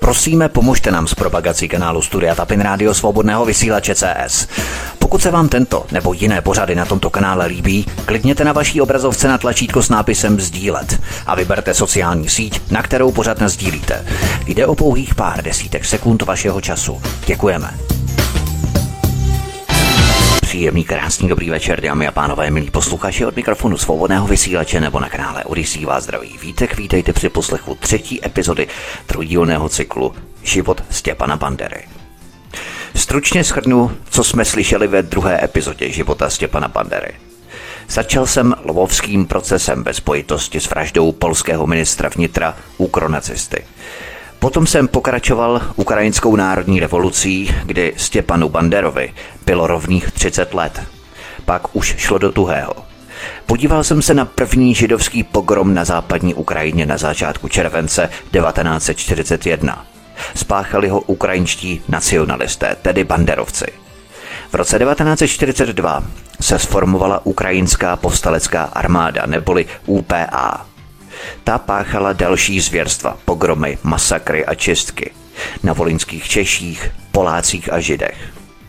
Prosíme, pomožte nám s propagací kanálu Studia Tapin Rádio Svobodného vysílače CS. Pokud se vám tento nebo jiné pořady na tomto kanále líbí, klikněte na vaší obrazovce na tlačítko s nápisem sdílet a vyberte sociální síť, na kterou pořad nasdílíte. Jde o pouhých pár desítek sekund vašeho času. Děkujeme. Příjemný, krásný, dobrý večer, dámy a pánové, milí posluchači, od mikrofonu Svobodného vysílače nebo na kanále Odyssey vás zdraví Vítek. Vítejte při poslechu 3. epizody trojdílného cyklu Život Stěpana Bandery. Stručně shrnu, co jsme slyšeli ve 2. epizodě Života Stěpana Bandery. Začal jsem lvovským procesem ve spojitosti s vraždou polského ministra vnitra ukronacisty. Potom jsem pokračoval ukrajinskou národní revolucí, kdy Stěpanu Banderovi bylo rovných 30 let. Pak už šlo do tuhého. Podíval jsem se na první židovský pogrom na západní Ukrajině na začátku července 1941. Spáchali ho ukrajinští nacionalisté, tedy banderovci. V roce 1942 se sformovala Ukrajinská povstalecká armáda, neboli UPA. Ta páchala další zvěrstva, pogromy, masakry a čistky na volyňských Češích, Polácích a Židech.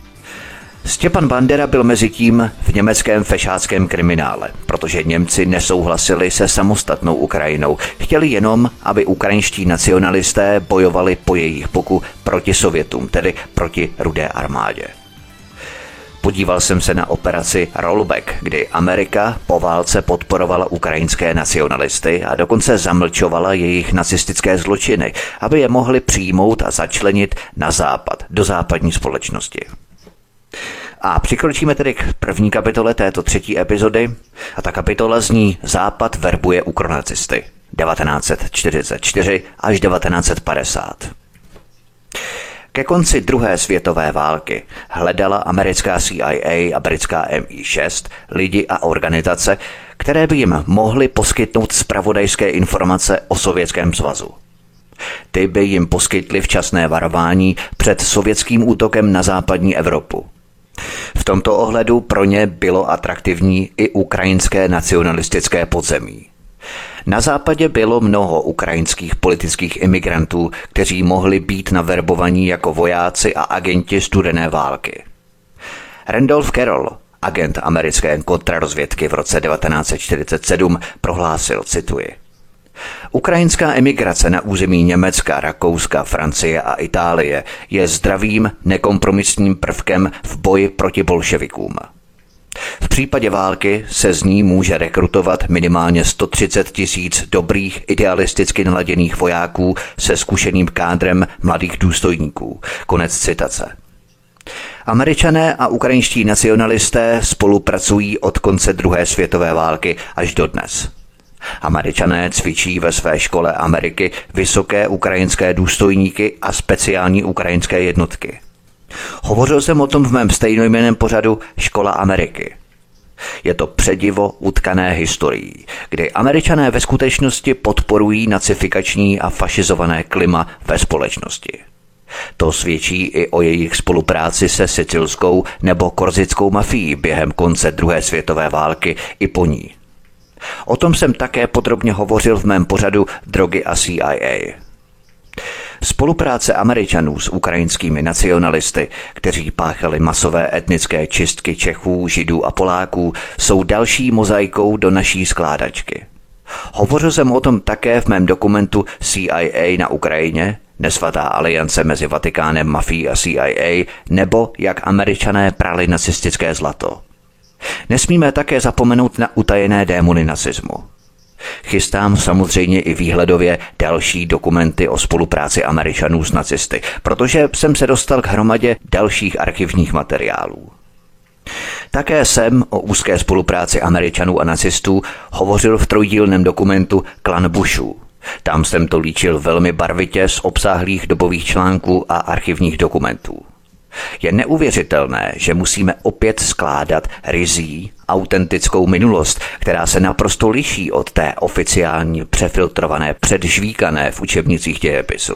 Stěpan Bandera byl mezitím v německém fešáckém kriminále, protože Němci nesouhlasili se samostatnou Ukrajinou. Chtěli jenom, aby ukrajinští nacionalisté bojovali po jejich boku proti Sovětům, tedy proti Rudé armádě. Podíval jsem se na operaci Rollback, kdy Amerika po válce podporovala ukrajinské nacionalisty a dokonce zamlčovala jejich nacistické zločiny, aby je mohli přijmout a začlenit na západ, do západní společnosti. A přikročíme tedy k první kapitole této 3. epizody a ta kapitola zní Západ verbuje ukronacisty 1944 až 1950. Ke konci druhé světové války hledala americká CIA a britská MI6 lidi a organizace, které by jim mohly poskytnout zpravodajské informace o Sovětském svazu. Ty by jim poskytly včasné varování před sovětským útokem na západní Evropu. V tomto ohledu pro ně bylo atraktivní i ukrajinské nacionalistické podzemí. Na západě bylo mnoho ukrajinských politických imigrantů, kteří mohli být naverbovaní jako vojáci a agenti studené války. Randolph Carroll, agent americké kontrarozvědky v roce 1947, prohlásil, cituji: Ukrajinská emigrace na území Německa, Rakouska, Francie a Itálie je zdravým, nekompromisním prvkem v boji proti bolševikům. V případě války se z ní může rekrutovat minimálně 130 000 dobrých, idealisticky naladěných vojáků se zkušeným kádrem mladých důstojníků. Konec citace. Američané a ukrajinští nacionalisté spolupracují od konce druhé světové války až dodnes. Američané cvičí ve své škole Ameriky vysoké ukrajinské důstojníky a speciální ukrajinské jednotky. Hovořil jsem o tom v mém stejnojmenném pořadu Škola Ameriky. Je to předivo utkané historií, kdy Američané ve skutečnosti podporují nacifikační a fašizované klima ve společnosti. To svědčí i o jejich spolupráci se sicilskou nebo korzickou mafií během konce druhé světové války i po ní. O tom jsem také podrobně hovořil v mém pořadu Drogy a CIA. Spolupráce Američanů s ukrajinskými nacionalisty, kteří páchali masové etnické čistky Čechů, Židů a Poláků, jsou další mozaikou do naší skládačky. Hovořil jsem o tom také v mém dokumentu CIA na Ukrajině, nesvatá aliance mezi Vatikánem, mafií a CIA, nebo jak Američané prali nacistické zlato. Nesmíme také zapomenout na utajené démony nacismu. Chystám samozřejmě i výhledově další dokumenty o spolupráci Američanů s nacisty, protože jsem se dostal k hromadě dalších archivních materiálů. Také jsem o úzké spolupráci Američanů a nacistů hovořil v trojdílném dokumentu Klan Bushů. Tam jsem to líčil velmi barvitě z obsáhlých dobových článků a archivních dokumentů. Je neuvěřitelné, že musíme opět skládat ryzí, autentickou minulost, která se naprosto liší od té oficiální, přefiltrované, předžvíkané v učebnicích dějepisu.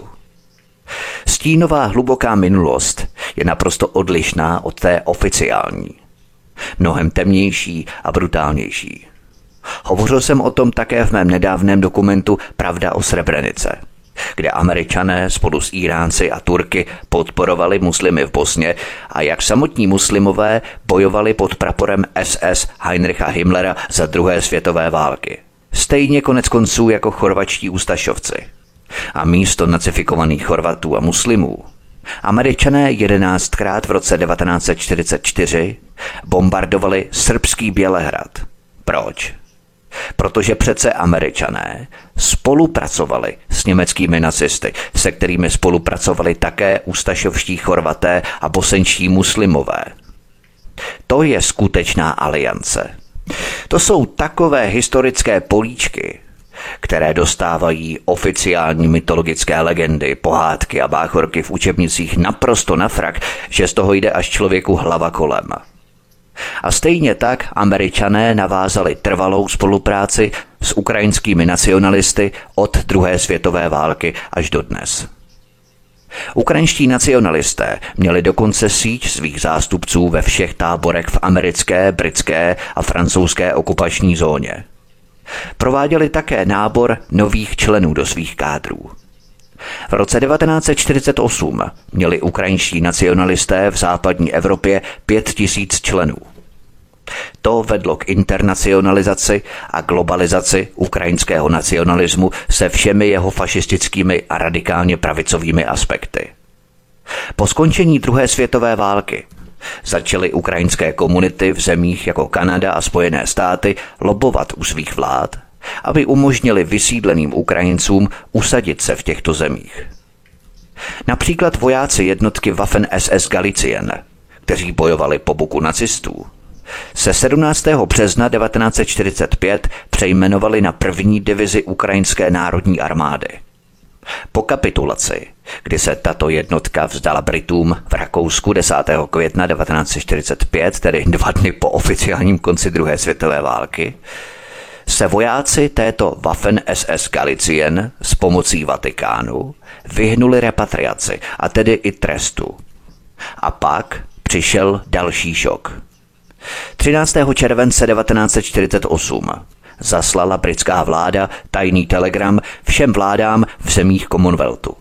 Stínová hluboká minulost je naprosto odlišná od té oficiální. Mnohem temnější a brutálnější. Hovořil jsem o tom také v mém nedávném dokumentu Pravda o Srebrenice. kde Američané spolu s Iránci a Turky podporovali muslimy v Bosně a jak samotní muslimové bojovali pod praporem SS Heinricha Himmlera za druhé světové války. Stejně konec konců jako chorvatští ustašovci. A místo nacifikovaných Chorvatů a muslimů Američané 11krát v roce 1944 bombardovali srbský Bělehrad. Proč? Protože přece Američané spolupracovali s německými nacisty, se kterými spolupracovali také ustašovští Chorvaté a bosenští muslimové. To je skutečná aliance. To jsou takové historické políčky, které dostávají oficiální mytologické legendy, pohádky a báchorky v učebnicích naprosto na frak, že z toho jde až člověku hlava kolem. A stejně tak Američané navázali trvalou spolupráci s ukrajinskými nacionalisty od druhé světové války až do dnes. Ukrajinští nacionalisté měli dokonce síť svých zástupců ve všech táborech v americké, britské a francouzské okupační zóně. Prováděli také nábor nových členů do svých kádrů. V roce 1948 měli ukrajinští nacionalisté v západní Evropě 5000 členů. To vedlo k internacionalizaci a globalizaci ukrajinského nacionalismu se všemi jeho fašistickými a radikálně pravicovými aspekty. Po skončení druhé světové války začaly ukrajinské komunity v zemích jako Kanada a Spojené státy lobovat u svých vlád, aby umožnili vysídleným Ukrajincům usadit se v těchto zemích. Například vojáci jednotky Waffen-SS Galicien, kteří bojovali po boku nacistů, se 17. března 1945 přejmenovali na 1. divizi Ukrajinské národní armády. Po kapitulaci, kdy se tato jednotka vzdala Britům v Rakousku 10. května 1945, tedy 2 dny po oficiálním konci druhé světové války, se vojáci této Waffen-SS Galicien s pomocí Vatikánu vyhnuli repatriaci, a tedy i trestu. A pak přišel další šok. 13. července 1948 zaslala britská vláda tajný telegram všem vládám v zemích Commonwealthu.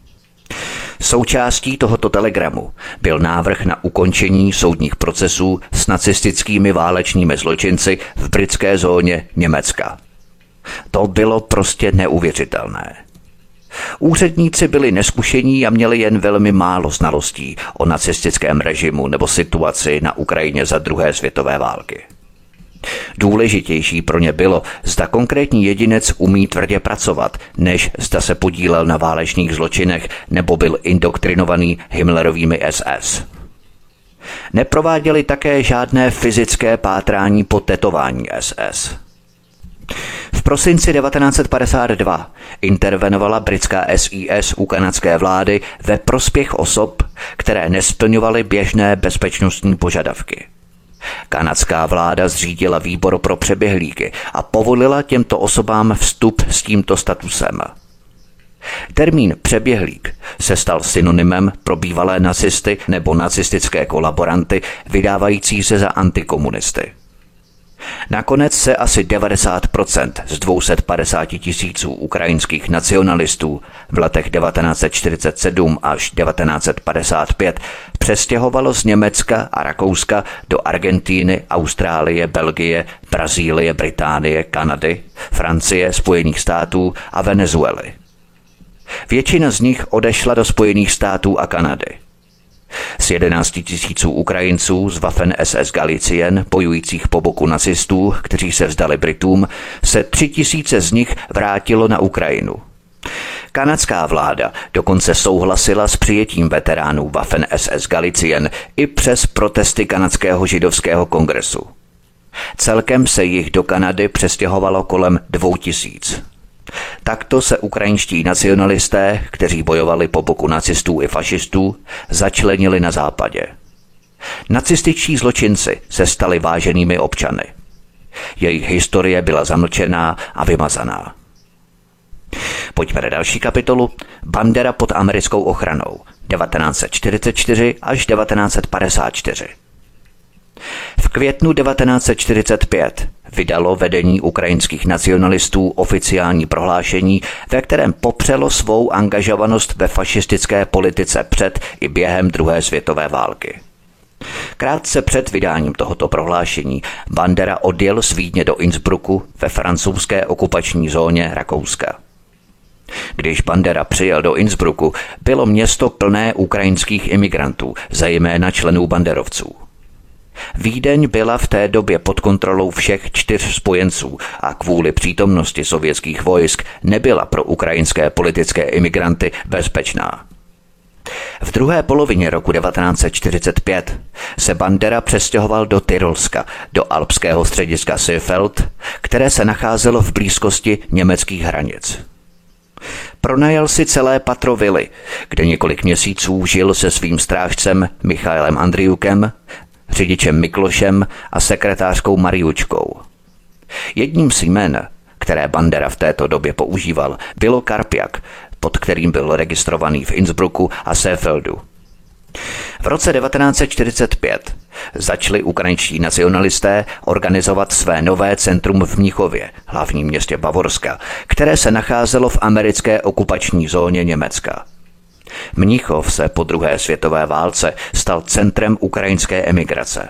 Součástí tohoto telegramu byl návrh na ukončení soudních procesů s nacistickými válečnými zločinci v britské zóně Německa. To bylo prostě neuvěřitelné. Úředníci byli nezkušení a měli jen velmi málo znalostí o nacistickém režimu nebo situaci na Ukrajině za druhé světové války. Důležitější pro ně bylo, zda konkrétní jedinec umí tvrdě pracovat, než zda se podílel na válečných zločinech nebo byl indoktrinovaný Himmlerovými SS. Neprováděli také žádné fyzické pátrání po tetování SS. V prosinci 1952 intervenovala britská SIS u kanadské vlády ve prospěch osob, které nesplňovaly běžné bezpečnostní požadavky. Kanadská vláda zřídila výbor pro přeběhlíky a povolila těmto osobám vstup s tímto statusem. Termín přeběhlík se stal synonymem pro bývalé nacisty nebo nacistické kolaboranty vydávající se za antikomunisty. Nakonec se asi 90% z 250 000 ukrajinských nacionalistů v letech 1947 až 1955 přestěhovalo z Německa a Rakouska do Argentíny, Austrálie, Belgie, Brazílie, Británie, Kanady, Francie, Spojených států a Venezuely. Většina z nich odešla do Spojených států a Kanady. Z 11 000 Ukrajinců z Waffen-SS Galicien, bojujících po boku nacistů, kteří se vzdali Britům, se 3 000 z nich vrátilo na Ukrajinu. Kanadská vláda dokonce souhlasila s přijetím veteránů Waffen-SS Galicien i přes protesty kanadského židovského kongresu. Celkem se jich do Kanady přestěhovalo kolem 2000. Takto se ukrajinští nacionalisté, kteří bojovali po boku nacistů i fašistů, začlenili na západě. Nacističtí zločinci se stali váženými občany. Jejich historie byla zamlčená a vymazaná. Pojďme na další kapitolu. Bandera pod americkou ochranou 1944 až 1954. V květnu 1945 vydalo vedení ukrajinských nacionalistů oficiální prohlášení, ve kterém popřelo svou angažovanost ve fašistické politice před i během druhé světové války. Krátce před vydáním tohoto prohlášení Bandera odjel z Vídně do Innsbrucku ve francouzské okupační zóně Rakouska. Když Bandera přijel do Innsbrucku, bylo město plné ukrajinských imigrantů, zejména členů banderovců. Vídeň byla v té době pod kontrolou všech 4 spojenců a kvůli přítomnosti sovětských vojsk nebyla pro ukrajinské politické imigranty bezpečná. V druhé polovině roku 1945 se Bandera přestěhoval do Tyrolska, do alpského střediska Seefeld, které se nacházelo v blízkosti německých hranic. Pronajal si celé patro vily, kde několik měsíců žil se svým strážcem Michailem Andriukem, řidičem Miklošem a sekretářkou Mariučkou. Jedním z jmen, které Bandera v této době používal, bylo Karpiak, pod kterým byl registrovaný v Innsbrucku a Seefeldu. V roce 1945 začali ukrajinští nacionalisté organizovat své nové centrum v Mnichově, hlavním městě Bavorska, které se nacházelo v americké okupační zóně Německa. Mnichov se po druhé světové válce stal centrem ukrajinské emigrace.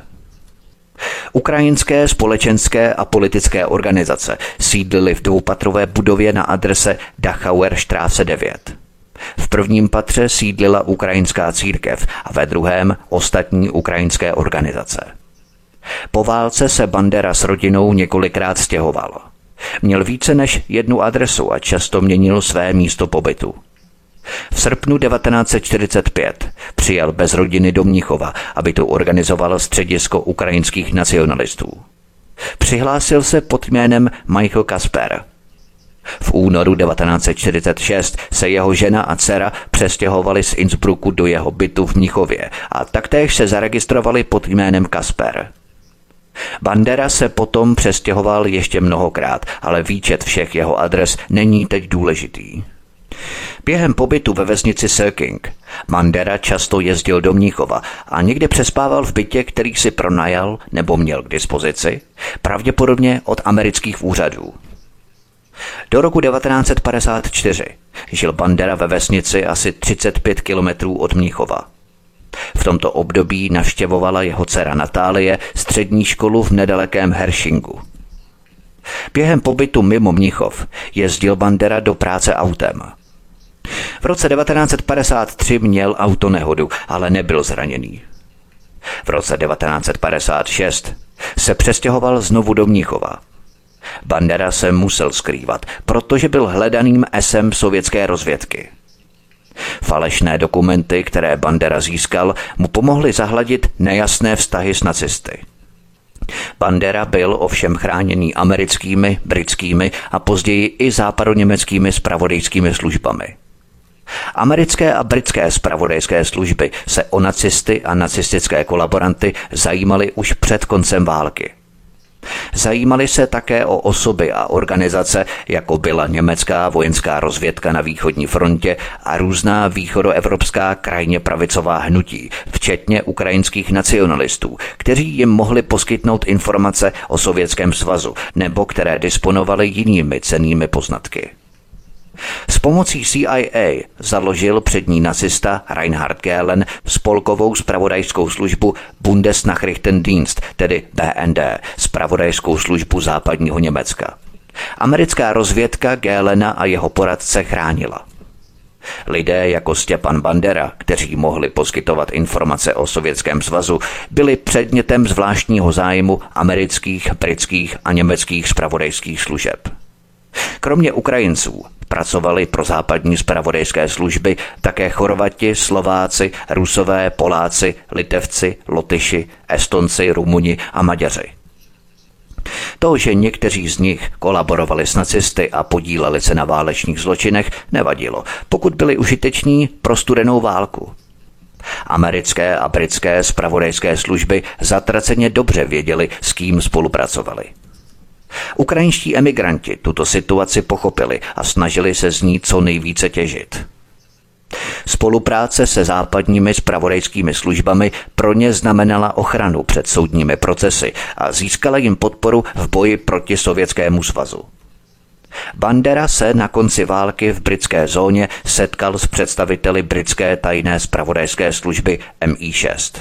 Ukrajinské společenské a politické organizace sídlily v dvoupatrové budově na adrese Dachauer Straße 9. V prvním patře sídlila ukrajinská církev a ve druhém ostatní ukrajinské organizace. Po válce se Bandera s rodinou několikrát stěhoval. Měl více než jednu adresu a často měnil své místo pobytu. V srpnu 1945 přijel bez rodiny do Mnichova, aby tu organizoval středisko ukrajinských nacionalistů. Přihlásil se pod jménem Michael Kasper. V únoru 1946 se jeho žena a dcera přestěhovali z Innsbrucku do jeho bytu v Mnichově a taktéž se zaregistrovali pod jménem Kasper. Bandera se potom přestěhoval ještě mnohokrát, ale výčet všech jeho adres není teď důležitý. Během pobytu ve vesnici Söking Bandera často jezdil do Mnichova a někdy přespával v bytě, který si pronajal nebo měl k dispozici, pravděpodobně od amerických úřadů. Do roku 1954 žil Bandera ve vesnici asi 35 kilometrů od Mnichova. V tomto období navštěvovala jeho dcera Natálie střední školu v nedalekém Heršingu. Během pobytu mimo Mnichov jezdil Bandera do práce autem. V roce 1953 měl autonehodu, ale nebyl zraněný. V roce 1956 se přestěhoval znovu do Mnichova. Bandera se musel skrývat, protože byl hledaným esem sovětské rozvědky. Falešné dokumenty, které Bandera získal, mu pomohly zahladit nejasné vztahy s nacisty. Bandera byl ovšem chráněný americkými, britskými a později i západoněmeckými zpravodajskými službami. Americké a britské zpravodajské služby se o nacisty a nacistické kolaboranty zajímaly už před koncem války. Zajímali se také o osoby a organizace, jako byla německá vojenská rozvědka na východní frontě a různá východoevropská krajně pravicová hnutí, včetně ukrajinských nacionalistů, kteří jim mohli poskytnout informace o Sovětském svazu nebo které disponovali jinými cennými poznatky. S pomocí CIA založil přední nacista Reinhard Gehlen spolkovou zpravodajskou službu Bundesnachrichtendienst, tedy BND, zpravodajskou službu západního Německa. Americká rozvědka Gehlena a jeho poradce chránila. Lidé jako Stepan Bandera, kteří mohli poskytovat informace o Sovětském svazu, byli předmětem zvláštního zájmu amerických, britských a německých zpravodajských služeb. Kromě Ukrajinců pracovali pro západní zpravodajské služby také Chorvati, Slováci, Rusové, Poláci, Litevci, Lotyši, Estonci, Rumuni a Maďaři. To, že někteří z nich kolaborovali s nacisty a podíleli se na válečných zločinech, nevadilo, pokud byli užiteční pro studenou válku. Americké a britské zpravodajské služby zatraceně dobře věděli, s kým spolupracovali. Ukrajinští emigranti tuto situaci pochopili a snažili se z ní co nejvíce těžit. Spolupráce se západními zpravodajskými službami pro ně znamenala ochranu před soudními procesy a získala jim podporu v boji proti Sovětskému svazu. Bandera se na konci války v britské zóně setkal s představiteli britské tajné zpravodajské služby MI6.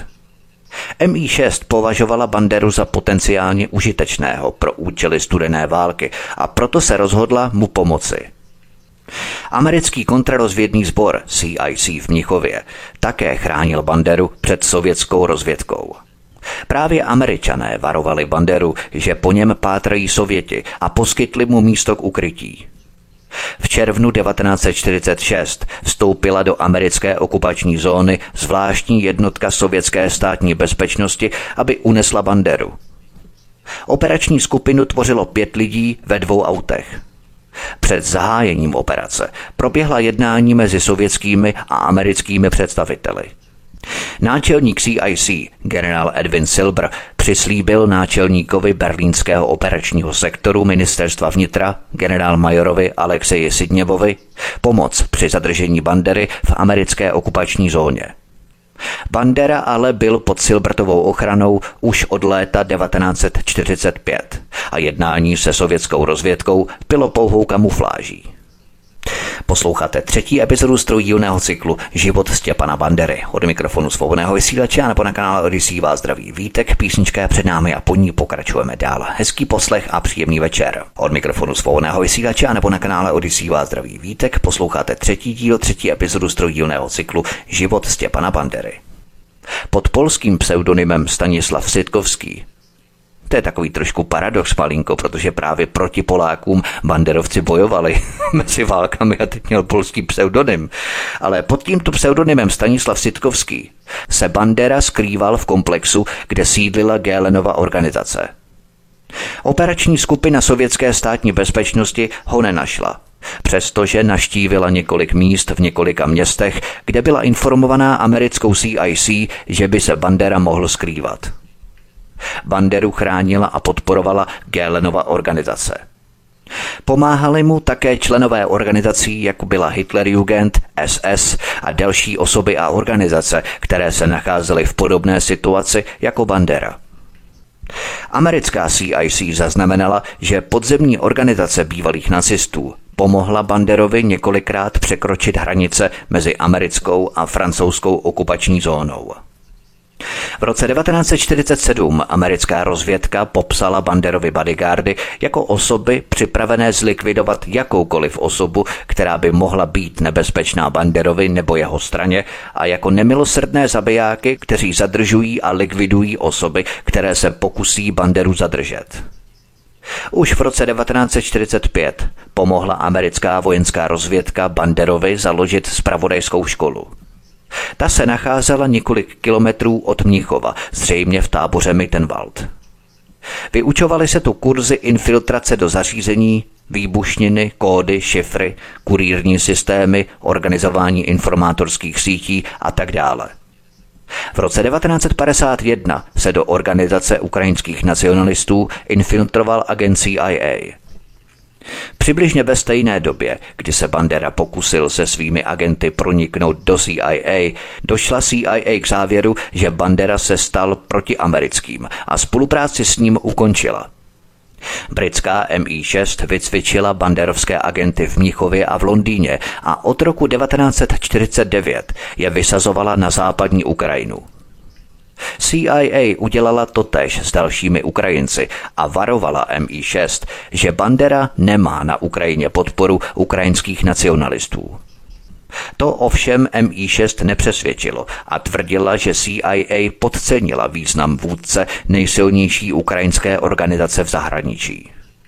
MI6 považovala Banderu za potenciálně užitečného pro účely studené války a proto se rozhodla mu pomoci. Americký kontrarozvědný sbor CIC v Mnichově také chránil Banderu před sovětskou rozvědkou. Právě Američané varovali Banderu, že po něm pátrají Sověti a poskytli mu místo k ukrytí. V červnu 1946 vstoupila do americké okupační zóny zvláštní jednotka sovětské státní bezpečnosti, aby unesla Banderu. Operační skupinu tvořilo 5 lidí ve 2 autech. Před zahájením operace proběhla jednání mezi sovětskými a americkými představiteli. Náčelník CIC, generál Edwin Silber, přislíbil náčelníkovi berlínského operačního sektoru ministerstva vnitra, generálmajorovi Alexeji Sidněvovi, pomoc při zadržení Bandery v americké okupační zóně. Bandera ale byl pod Silbertovou ochranou už od léta 1945 a jednání se sovětskou rozvědkou bylo pouhou kamufláží. Posloucháte 3. epizodu z trojdílného cyklu Život Stěpana Bandery. Od mikrofonu Svobodného vysílače a nebo na kanále Odyssey vás zdraví Vítek, písnička je před námi a po ní pokračujeme dál. Hezký poslech a příjemný večer. Od mikrofonu Svobodného vysílače a nebo na kanále Odyssey vás zdraví Vítek, posloucháte 3. epizodu z trojdílného cyklu Život Stěpana Bandery. Pod polským pseudonymem Stanislav Sitkovský. To je takový trošku paradox malinko, protože právě proti Polákům banderovci bojovali mezi válkami a teď měl polský pseudonym. Ale pod tímto pseudonymem Stanislav Sitkovský se Bandera skrýval v komplexu, kde sídlila Göhlenova organizace. Operační skupina sovětské státní bezpečnosti ho nenašla, přestože navštívila několik míst v několika městech, kde byla informovaná americkou CIC, že by se Bandera mohl skrývat. Banderu chránila a podporovala Göhlenova organizace. Pomáhali mu také členové organizací, jako byla Hitlerjugend, SS a další osoby a organizace, které se nacházely v podobné situaci jako Bandera. Americká CIC zaznamenala, že podzemní organizace bývalých nacistů pomohla Banderovi několikrát překročit hranice mezi americkou a francouzskou okupační zónou. V roce 1947 americká rozvědka popsala Banderovi bodyguardy jako osoby připravené zlikvidovat jakoukoliv osobu, která by mohla být nebezpečná Banderovi nebo jeho straně, a jako nemilosrdné zabijáky, kteří zadržují a likvidují osoby, které se pokusí Banderu zadržet. Už v roce 1945 pomohla americká vojenská rozvědka Banderovi založit zpravodajskou školu. Ta se nacházela několik kilometrů od Mnichova, zřejmě v táboře Mittenwald. Vyučovaly se tu kurzy infiltrace do zařízení, výbušniny, kódy, šifry, kurýrní systémy, organizování informátorských sítí a tak dále. V roce 1951 se do organizace ukrajinských nacionalistů infiltroval agent CIA. Přibližně ve stejné době, kdy se Bandera pokusil se svými agenty proniknout do CIA, došla CIA k závěru, že Bandera se stal protiamerickým a spolupráci s ním ukončila. Britská MI6 vycvičila banderovské agenty v Mnichově a v Londýně a od roku 1949 je vysazovala na západní Ukrajinu. CIA udělala totéž s dalšími Ukrajinci a varovala MI6, že Bandera nemá na Ukrajině podporu ukrajinských nacionalistů. To ovšem MI6 nepřesvědčilo a tvrdila, že CIA podcenila význam vůdce nejsilnější ukrajinské organizace v zahraničí.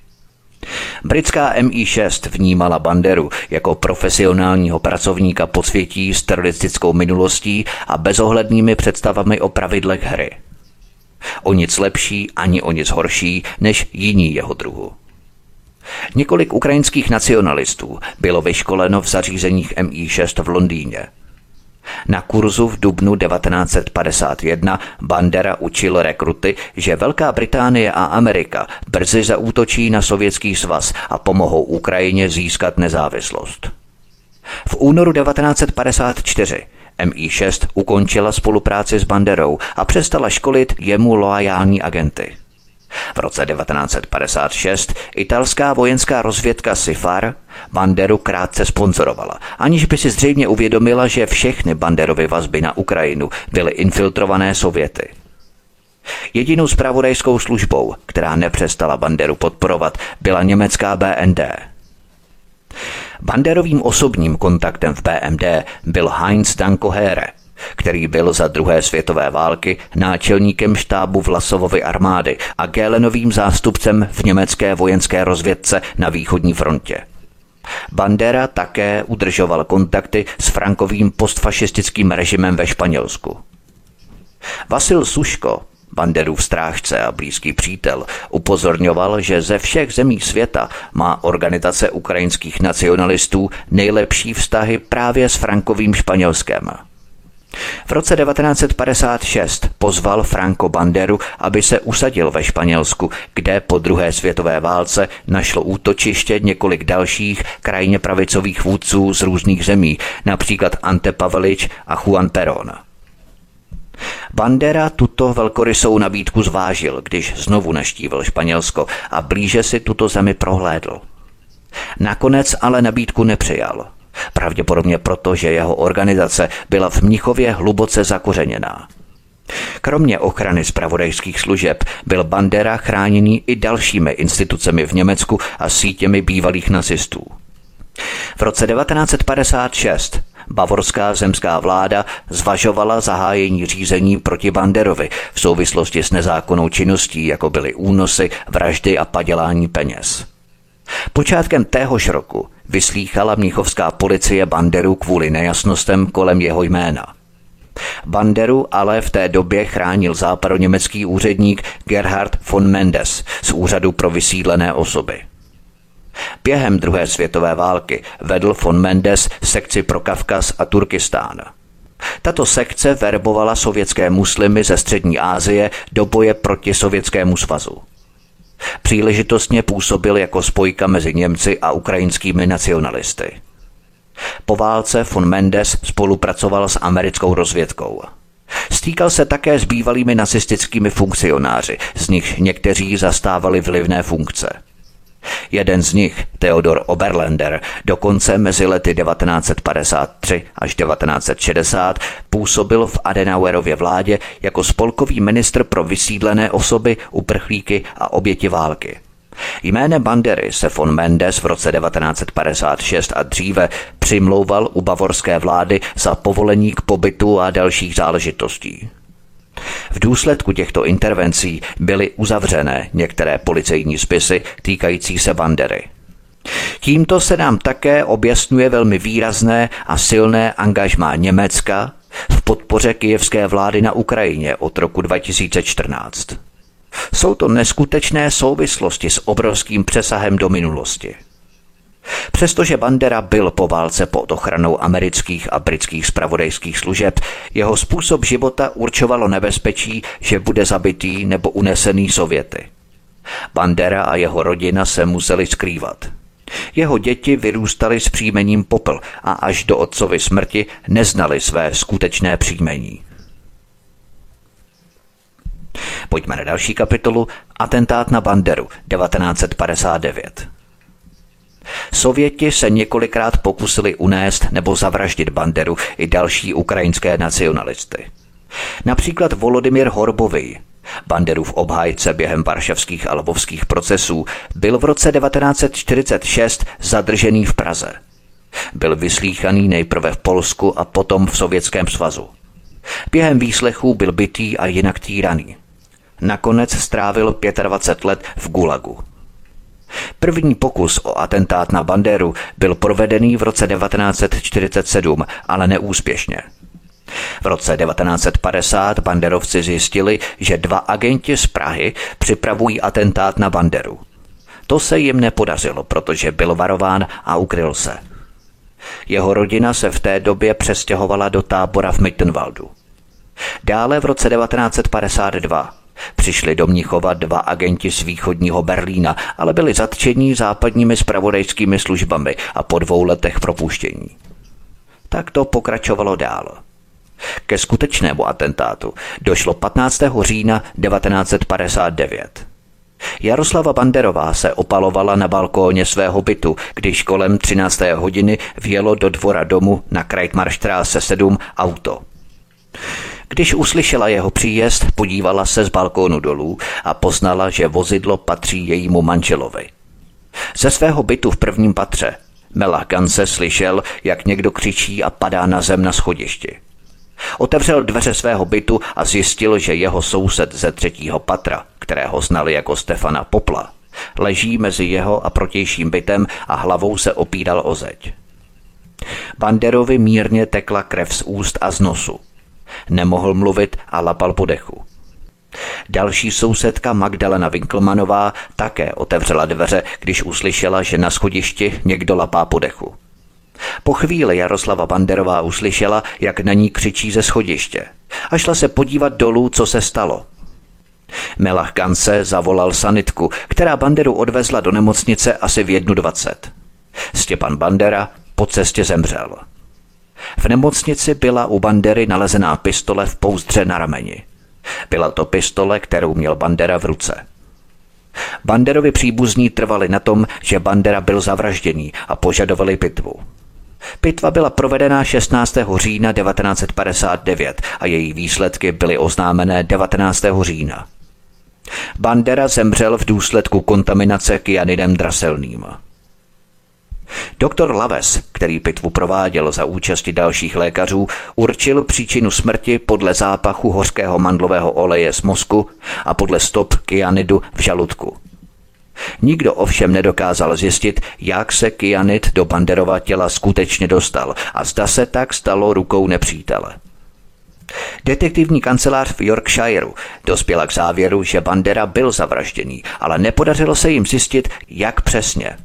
Britská MI6 vnímala Banderu jako profesionálního pracovníka podsvětí s teroristickou minulostí a bezohlednými představami o pravidlech hry. O nic lepší ani o nic horší než jiní jeho druhu. Několik ukrajinských nacionalistů bylo vyškoleno v zařízeních MI6 v Londýně. Na kurzu v dubnu 1951 Bandera učil rekruty, že Velká Británie a Amerika brzy zaútočí na Sovětský svaz a pomohou Ukrajině získat nezávislost. V únoru 1954 MI6 ukončila spolupráci s Banderou a přestala školit jemu loajální agenty. V roce 1956 italská vojenská rozvědka SIFAR Banderu krátce sponzorovala, aniž by si zřejmě uvědomila, že všechny Banderovy vazby na Ukrajinu byly infiltrované Sověty. Jedinou zpravodajskou službou, která nepřestala Banderu podporovat, byla německá BND. Banderovým osobním kontaktem v BMD byl Heinz Danko Here, který byl za druhé světové války náčelníkem štábu Vlasovovy armády a Göhlenovým zástupcem v německé vojenské rozvědce na východní frontě. Bandera také udržoval kontakty s Frankovým postfašistickým režimem ve Španělsku. Vasil Suško, Banderův strážce a blízký přítel, upozorňoval, že ze všech zemí světa má organizace ukrajinských nacionalistů nejlepší vztahy právě s Frankovým Španělskem. V roce 1956 pozval Franco Banderu, aby se usadil ve Španělsku, kde po druhé světové válce našlo útočiště několik dalších krajně pravicových vůdců z různých zemí, například Ante Pavelić a Juan Perón. Bandera tuto velkorysou nabídku zvážil, když znovu navštívil Španělsko a blíže si tuto zemi prohlédl. Nakonec ale nabídku nepřijal. Pravděpodobně proto, že jeho organizace byla v Mnichově hluboce zakořeněná. Kromě ochrany zpravodajských služeb byl Bandera chráněný i dalšími institucemi v Německu a sítěmi bývalých nacistů. V roce 1956 bavorská zemská vláda zvažovala zahájení řízení proti Banderovi v souvislosti s nezákonnou činností, jako byly únosy, vraždy a padělání peněz. Počátkem téhož roku vyslýchala mnichovská policie Banderu kvůli nejasnostem kolem jeho jména. Banderu ale v té době chránil západoněmecký úředník Gerhard von Mendes z Úřadu pro vysídlené osoby. Během druhé světové války vedl von Mendes sekci pro Kavkaz a Turkestán. Tato sekce verbovala sovětské muslimy ze střední Asie do boje proti Sovětskému svazu. Příležitostně působil jako spojka mezi Němci a ukrajinskými nacionalisty. Po válce von Mendes spolupracoval s americkou rozvědkou. Stýkal se také s bývalými nacistickými funkcionáři, z nichž někteří zastávali vlivné funkce. Jeden z nich, Theodor Oberländer, dokonce mezi lety 1953 až 1960 působil v Adenauerově vládě jako spolkový ministr pro vysídlené osoby, uprchlíky a oběti války. Jménem Bandery se von Mendes v roce 1956 a dříve přimlouval u bavorské vlády za povolení k pobytu a dalších záležitostí. V důsledku těchto intervencí byly uzavřené některé policejní spisy týkající se Bandery. Tímto se nám také objasňuje velmi výrazné a silné angažmá Německa v podpoře kyjevské vlády na Ukrajině od roku 2014. Jsou to neskutečné souvislosti s obrovským přesahem do minulosti. Přestože Bandera byl po válce pod ochranou amerických a britských zpravodajských služeb, jeho způsob života určovalo nebezpečí, že bude zabitý nebo unesený Sověty. Bandera a jeho rodina se museli skrývat. Jeho děti vyrůstaly s příjmením Popl a až do otcovy smrti neznali své skutečné příjmení. Pojďme na další kapitolu. Atentát na Banderu 1959. Sověti se několikrát pokusili unést nebo zavraždit Banderu i další ukrajinské nacionalisty. Například Volodymyr Horbový, Banderův obhájce během varšavských a lvovských procesů, byl v roce 1946 zadržený v Praze. Byl vyslýchaný nejprve v Polsku a potom v Sovětském svazu. Během výslechů byl bitý a jinak týraný. Nakonec strávil 25 let v Gulagu. První pokus o atentát na Banderu byl provedený v roce 1947, ale neúspěšně. V roce 1950 banderovci zjistili, že 2 agenti z Prahy připravují atentát na Banderu. To se jim nepodařilo, protože byl varován a ukryl se. Jeho rodina se v té době přestěhovala do tábora v Mittenwaldu. Dále v roce 1952 přišli do Mnichova 2 agenti z východního Berlína, ale byli zatčeni západními zpravodajskými službami a po 2 letech propuštění. Tak to pokračovalo dál. Ke skutečnému atentátu došlo 15. října 1959. Jaroslava Banderová se opalovala na balkóně svého bytu, když kolem 13. hodiny vjelo do dvora domu na Kreitmarstraße 7 auto. Když uslyšela jeho příjezd, podívala se z balkónu dolů a poznala, že vozidlo patří jejímu manželovi. Ze svého bytu v prvním patře Melach Ganze slyšel, jak někdo křičí a padá na zem na schodišti. Otevřel dveře svého bytu a zjistil, že jeho soused ze 3. patra, kterého znali jako Stefana Popla, leží mezi jeho a protějším bytem a hlavou se opíral o zeď. Banderovi mírně tekla krev z úst a z nosu. Nemohl mluvit a lapal po dechu. Další sousedka Magdalena Winkelmanová také otevřela dveře, když uslyšela, že na schodišti někdo lapá po dechu. Po chvíli Jaroslava Banderová uslyšela, jak na ní křičí ze schodiště a šla se podívat dolů, co se stalo. Melach Ganze zavolal sanitku, která Banderu odvezla do nemocnice asi v 1:20. Stepan Bandera po cestě zemřel. V nemocnici byla u Bandery nalezená pistole v pouzdře na rameni. Byla to pistole, kterou měl Bandera v ruce. Banderovi příbuzní trvali na tom, že Bandera byl zavražděný a požadovali pitvu. Pitva byla provedena 16. října 1959 a její výsledky byly oznámené 19. října. Bandera zemřel v důsledku kontaminace kyanidem draselným. Doktor Laves, který pitvu prováděl za účasti dalších lékařů, určil příčinu smrti podle zápachu hořkého mandlového oleje z mozku a podle stop kyanidu v žaludku. Nikdo ovšem nedokázal zjistit, jak se kyanid do Banderova těla skutečně dostal a zda se tak stalo rukou nepřítele. Detektivní kancelář v Yorkshireu dospěla k závěru, že Bandera byl zavražděný, ale nepodařilo se jim zjistit, jak přesně.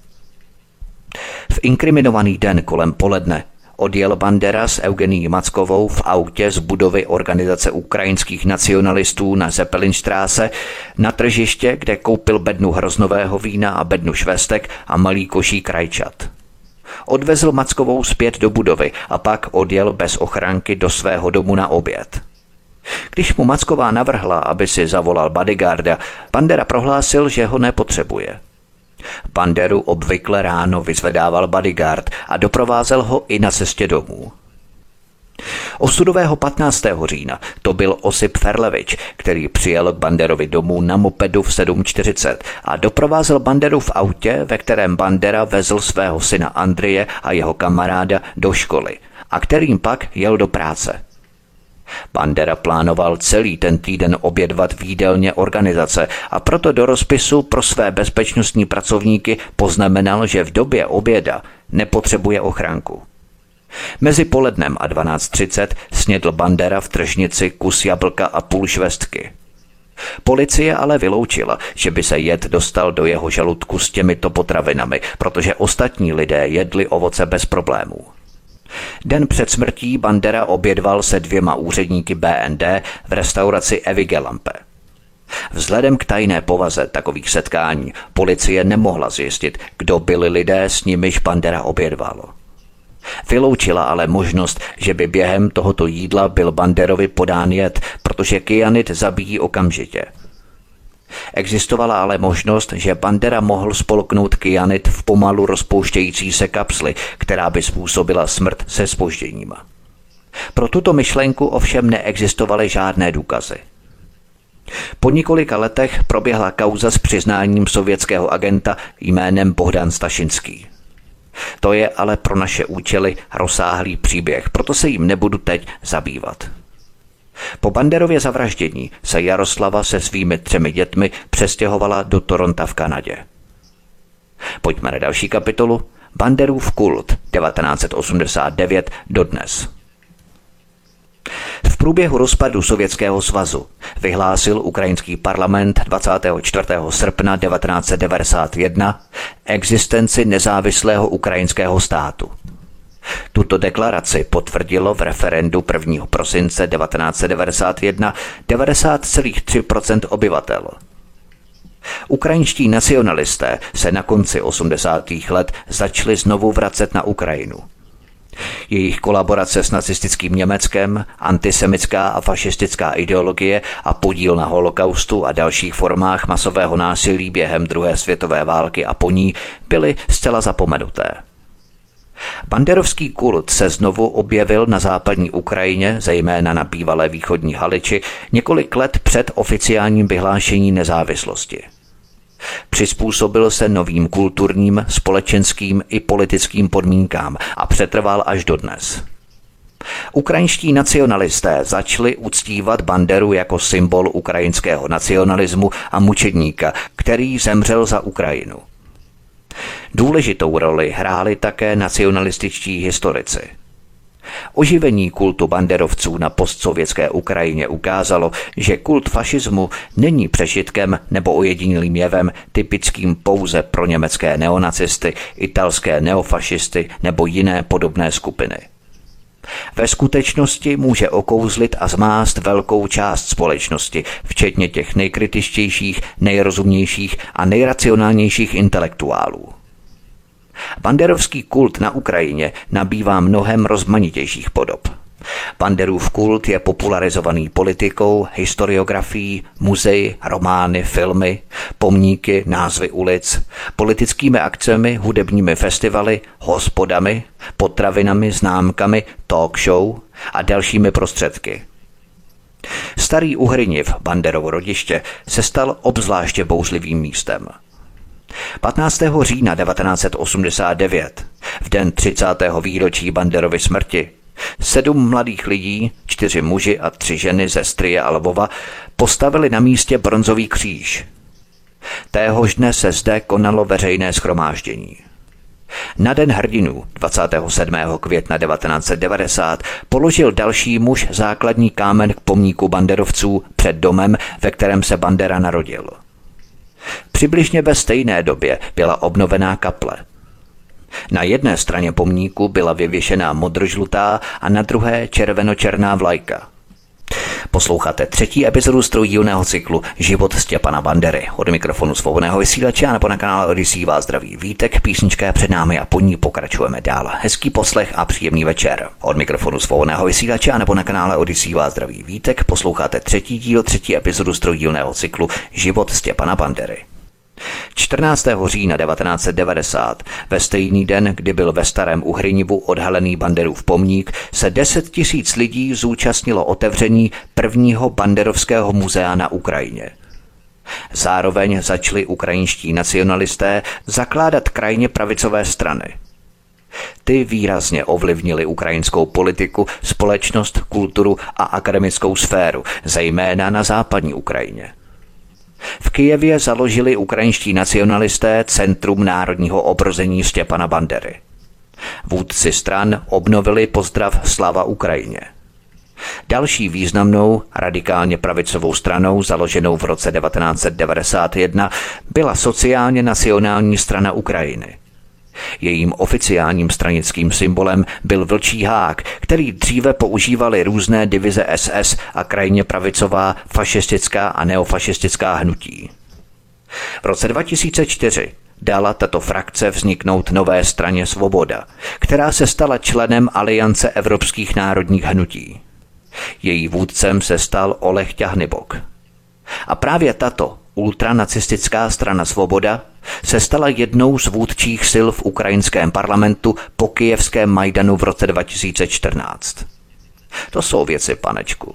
V inkriminovaný den kolem poledne odjel Bandera s Eugenií Mackovou v autě z budovy Organizace ukrajinských nacionalistů na Zeppelinstraße na tržiště, kde koupil bednu hroznového vína a bednu švestek a malý košík rajčat. Odvezl Mackovou zpět do budovy a pak odjel bez ochránky do svého domu na oběd. Když mu Macková navrhla, aby si zavolal bodyguarda, Bandera prohlásil, že ho nepotřebuje. Banderu obvykle ráno vyzvedával bodyguard a doprovázel ho i na cestě domů. Osudového 15. října to byl Osip Ferlevič, který přijel k Banderovi domů na mopedu v 7:40 a doprovázel Banderu v autě, ve kterém Bandera vezl svého syna Andreje a jeho kamaráda do školy a kterým pak jel do práce. Bandera plánoval celý ten týden obědvat v jídelně organizace a proto do rozpisu pro své bezpečnostní pracovníky poznamenal, že v době oběda nepotřebuje ochránku. Mezi polednem a 12:30 snědl Bandera v tržnici kus jablka a půl švestky. Policie ale vyloučila, že by se jed dostal do jeho žaludku s těmito potravinami, protože ostatní lidé jedli ovoce bez problémů. Den před smrtí Bandera obědval se 2 úředníky BND v restauraci Evigelampe. Vzhledem k tajné povaze takových setkání policie nemohla zjistit, kdo byli lidé, s nimiž Bandera obědval. Vyloučila ale možnost, že by během tohoto jídla byl Banderovi podán jed, protože kyanid zabíjí okamžitě. Existovala ale možnost, že Bandera mohl spolknout kyanid v pomalu rozpouštějící se kapsli, která by způsobila smrt se zpožděním. Pro tuto myšlenku ovšem neexistovaly žádné důkazy. Po několika letech proběhla kauza s přiznáním sovětského agenta jménem Bohdan Stašinský. To je ale pro naše účely rozsáhlý příběh, proto se jim nebudu teď zabývat. Po Banderově zavraždění se Jaroslava se svými 3 dětmi přestěhovala do Toronta v Kanadě. Pojďme na další kapitolu. Banderův kult 1989 dodnes. V průběhu rozpadu Sovětského svazu vyhlásil ukrajinský parlament 24. srpna 1991 existenci nezávislého ukrajinského státu. Tuto deklaraci potvrdilo v referendu 1. prosince 1991 90,3% obyvatel. Ukrajinští nacionalisté se na konci 80. let začali znovu vracet na Ukrajinu. Jejich kolaborace s nacistickým Německem, antisemitská a fašistická ideologie a podíl na holokaustu a dalších formách masového násilí během druhé světové války a po ní byly zcela zapomenuté. Banderovský kult se znovu objevil na západní Ukrajině, zejména na bývalé východní Haliči, několik let před oficiálním vyhlášením nezávislosti. Přizpůsobil se novým kulturním, společenským i politickým podmínkám a přetrval až dodnes. Ukrajinští nacionalisté začali uctívat Banderu jako symbol ukrajinského nacionalismu a mučedníka, který zemřel za Ukrajinu. Důležitou roli hráli také nacionalističtí historici. Oživení kultu banderovců na postsovětské Ukrajině ukázalo, že kult fašismu není přežitkem nebo ojedinělým jevem typickým pouze pro německé neonacisty, italské neofašisty nebo jiné podobné skupiny. Ve skutečnosti může okouzlit a zmást velkou část společnosti, včetně těch nejkritičtějších, nejrozumnějších a nejracionálnějších intelektuálů. Banderovský kult na Ukrajině nabývá mnohem rozmanitějších podob. Banderův kult je popularizovaný politikou, historiografií, muzeji, romány, filmy, pomníky, názvy ulic, politickými akcemi, hudebními festivaly, hospodami, potravinami, známkami, talk show a dalšími prostředky. Starý Uhryniv, Banderovo rodiště, se stal obzvláště bouřlivým místem. 15. října 1989, v den 30. výročí Banderovy smrti, 7 mladých lidí, 4 muži a 3 ženy ze Stryje a Lvova postavili na místě bronzový kříž. Téhož dne se zde konalo veřejné shromáždění. Na Den hrdinů 27. května 1990 položil další muž základní kámen k pomníku banderovců před domem, ve kterém se Bandera narodil. Přibližně ve stejné době byla obnovená kaple. Na jedné straně pomníku byla vyvěšená modrožlutá a na druhé červenočerná vlajka. Posloucháte 3. epizodu z trojdílného cyklu Život Stěpana Bandery. Od mikrofonu Svobodného vysílače a nebo na kanále Odyssey vás zdraví Vítek, písnička je před námi a po ní pokračujeme dál. Hezký poslech a příjemný večer. Od mikrofonu Svobodného vysílače a nebo na kanále Odyssey vás zdraví Vítek, posloucháte 3. epizodu z trojdílného cyklu Život Stěpana Bandery. 14. října 1990, ve stejný den, kdy byl ve Starém Uhrynivu odhalený Banderův pomník, se 10 000 lidí zúčastnilo otevření prvního banderovského muzea na Ukrajině. Zároveň začali ukrajinští nacionalisté zakládat krajně pravicové strany. Ty výrazně ovlivnily ukrajinskou politiku, společnost, kulturu a akademickou sféru, zejména na západní Ukrajině. V Kyjevě založili ukrajinští nacionalisté Centrum národního obrození Stěpana Bandery. Vůdci stran obnovili pozdrav Slava Ukrajině. Další významnou radikálně pravicovou stranou, založenou v roce 1991, byla sociálně nacionální strana Ukrajiny. Jejím oficiálním stranickým symbolem byl vlčí hák, který dříve používali různé divize SS a krajně pravicová fašistická a neofašistická hnutí. V roce 2004 dala tato frakce vzniknout nové straně Svoboda, která se stala členem Aliance evropských národních hnutí. Její vůdcem se stal Oleh Ťahnybok. A právě tato ultranacistická strana Svoboda se stala jednou z vůdčích sil v ukrajinském parlamentu po kyjevském Majdanu v roce 2014. To jsou věci, panečku.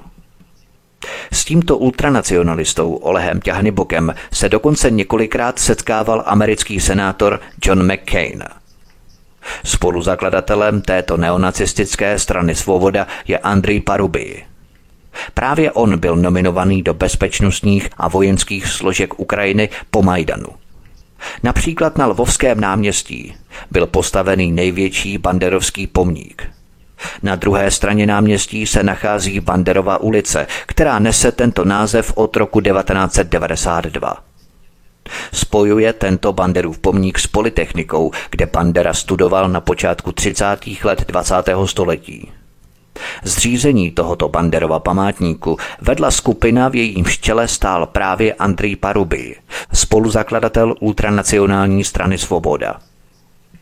S tímto ultranacionalistou Olehem Ťahnybokem se dokonce několikrát setkával americký senátor John McCain. Spoluzakladatelem této neonacistické strany Svoboda je Andrej Paruby. Právě on byl nominovaný do bezpečnostních a vojenských složek Ukrajiny po Majdanu. Například na Lvovském náměstí byl postavený největší banderovský pomník. Na druhé straně náměstí se nachází Banderova ulice, která nese tento název od roku 1992. Spojuje tento Banderův pomník s Polytechnikou, kde Bandera studoval na počátku 30. let 20. století. Zřízení tohoto Banderova památníku vedla skupina, v jejímž čele stál právě Andrej Paruby, spoluzakladatel ultranacionální strany Svoboda.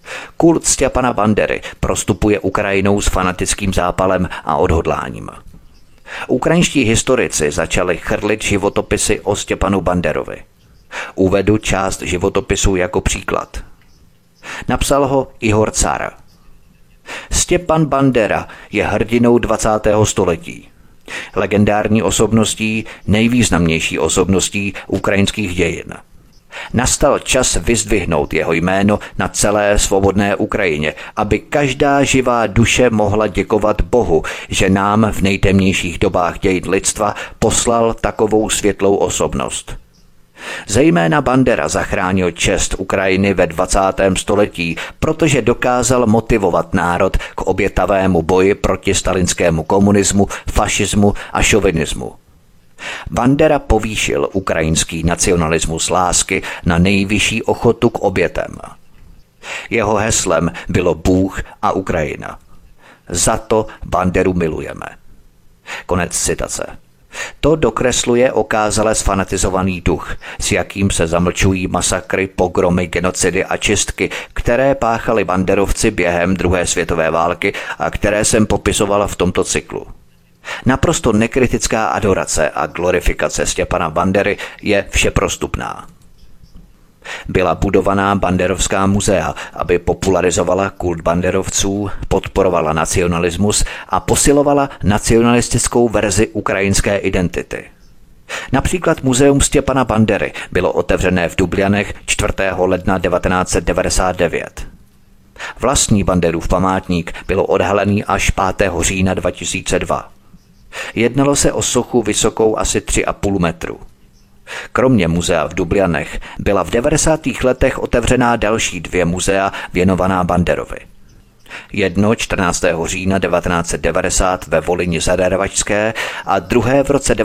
Kult Stěpana Bandery prostupuje Ukrajinou s fanatickým zápalem a odhodláním. Ukrajinští historici začali chrlit životopisy o Stěpanu Banderovi. Uvedu část životopisu jako příklad. Napsal ho Ihor Car. Stěpan Bandera je hrdinou 20. století. Legendární osobností, nejvýznamnější osobností ukrajinských dějin. Nastal čas vyzdvihnout jeho jméno na celé svobodné Ukrajině, aby každá živá duše mohla děkovat Bohu, že nám v nejtemnějších dobách dějin lidstva poslal takovou světlou osobnost. Zejména Bandera zachránil čest Ukrajiny ve 20. století, protože dokázal motivovat národ k obětavému boji proti stalinskému komunismu, fašismu a šovinismu. Bandera povýšil ukrajinský nacionalismus lásky na nejvyšší ochotu k obětem. Jeho heslem bylo Bůh a Ukrajina. Za to Banderu milujeme. Konec citace. To dokresluje okázale sfanatizovaný duch, s jakým se zamlčují masakry, pogromy, genocidy a čistky, které páchali banderovci během druhé světové války a které jsem popisovala v tomto cyklu. Naprosto nekritická adorace a glorifikace Stěpana Bandery je všeprostupná. Byla budovaná banderovská muzea, aby popularizovala kult banderovců, podporovala nacionalismus a posilovala nacionalistickou verzi ukrajinské identity. Například muzeum Stěpana Bandery bylo otevřené v Dubljánech 4. ledna 1999. Vlastní Banderův památník bylo odhalený až 5. října 2002. Jednalo se o sochu vysokou asi 3,5 metru. Kromě muzea v Dubljánech byla v 90. letech otevřená další 2 muzea věnovaná Banderovi. Jedno 14. října 1990 ve Volyni Zadarvačské a druhé v roce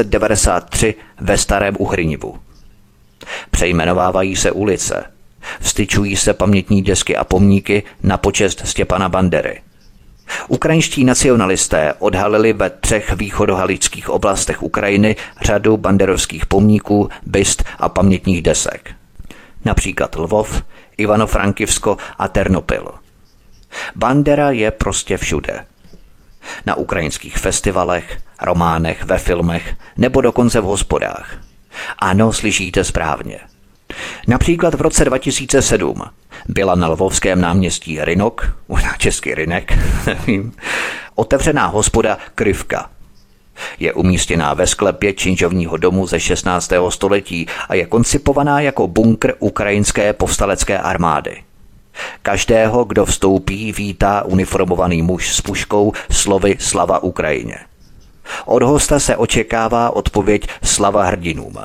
1993 ve Starém Uhrynivu. Přejmenovávají se ulice, vstyčují se pamětní desky a pomníky na počest Stěpana Bandery. Ukrajinští nacionalisté odhalili ve 3 východohaličských oblastech Ukrajiny řadu banderovských pomníků, byst a pamětních desek. Například Lvov, Ivano-Frankivsko a Ternopil. Bandera je prostě všude. Na ukrajinských festivalech, románech, ve filmech nebo dokonce v hospodách. Ano, slyšíte správně. Například v roce 2007 byla na lvovském náměstí Rynok, možná český Rynek, nevím, otevřená hospoda Kryvka. Je umístěná ve sklepě činžovního domu ze 16. století a je koncipovaná jako bunkr ukrajinské povstalecké armády. Každého, kdo vstoupí, vítá uniformovaný muž s puškou slovy Slava Ukrajině. Od hosta se očekává odpověď Slava hrdinům.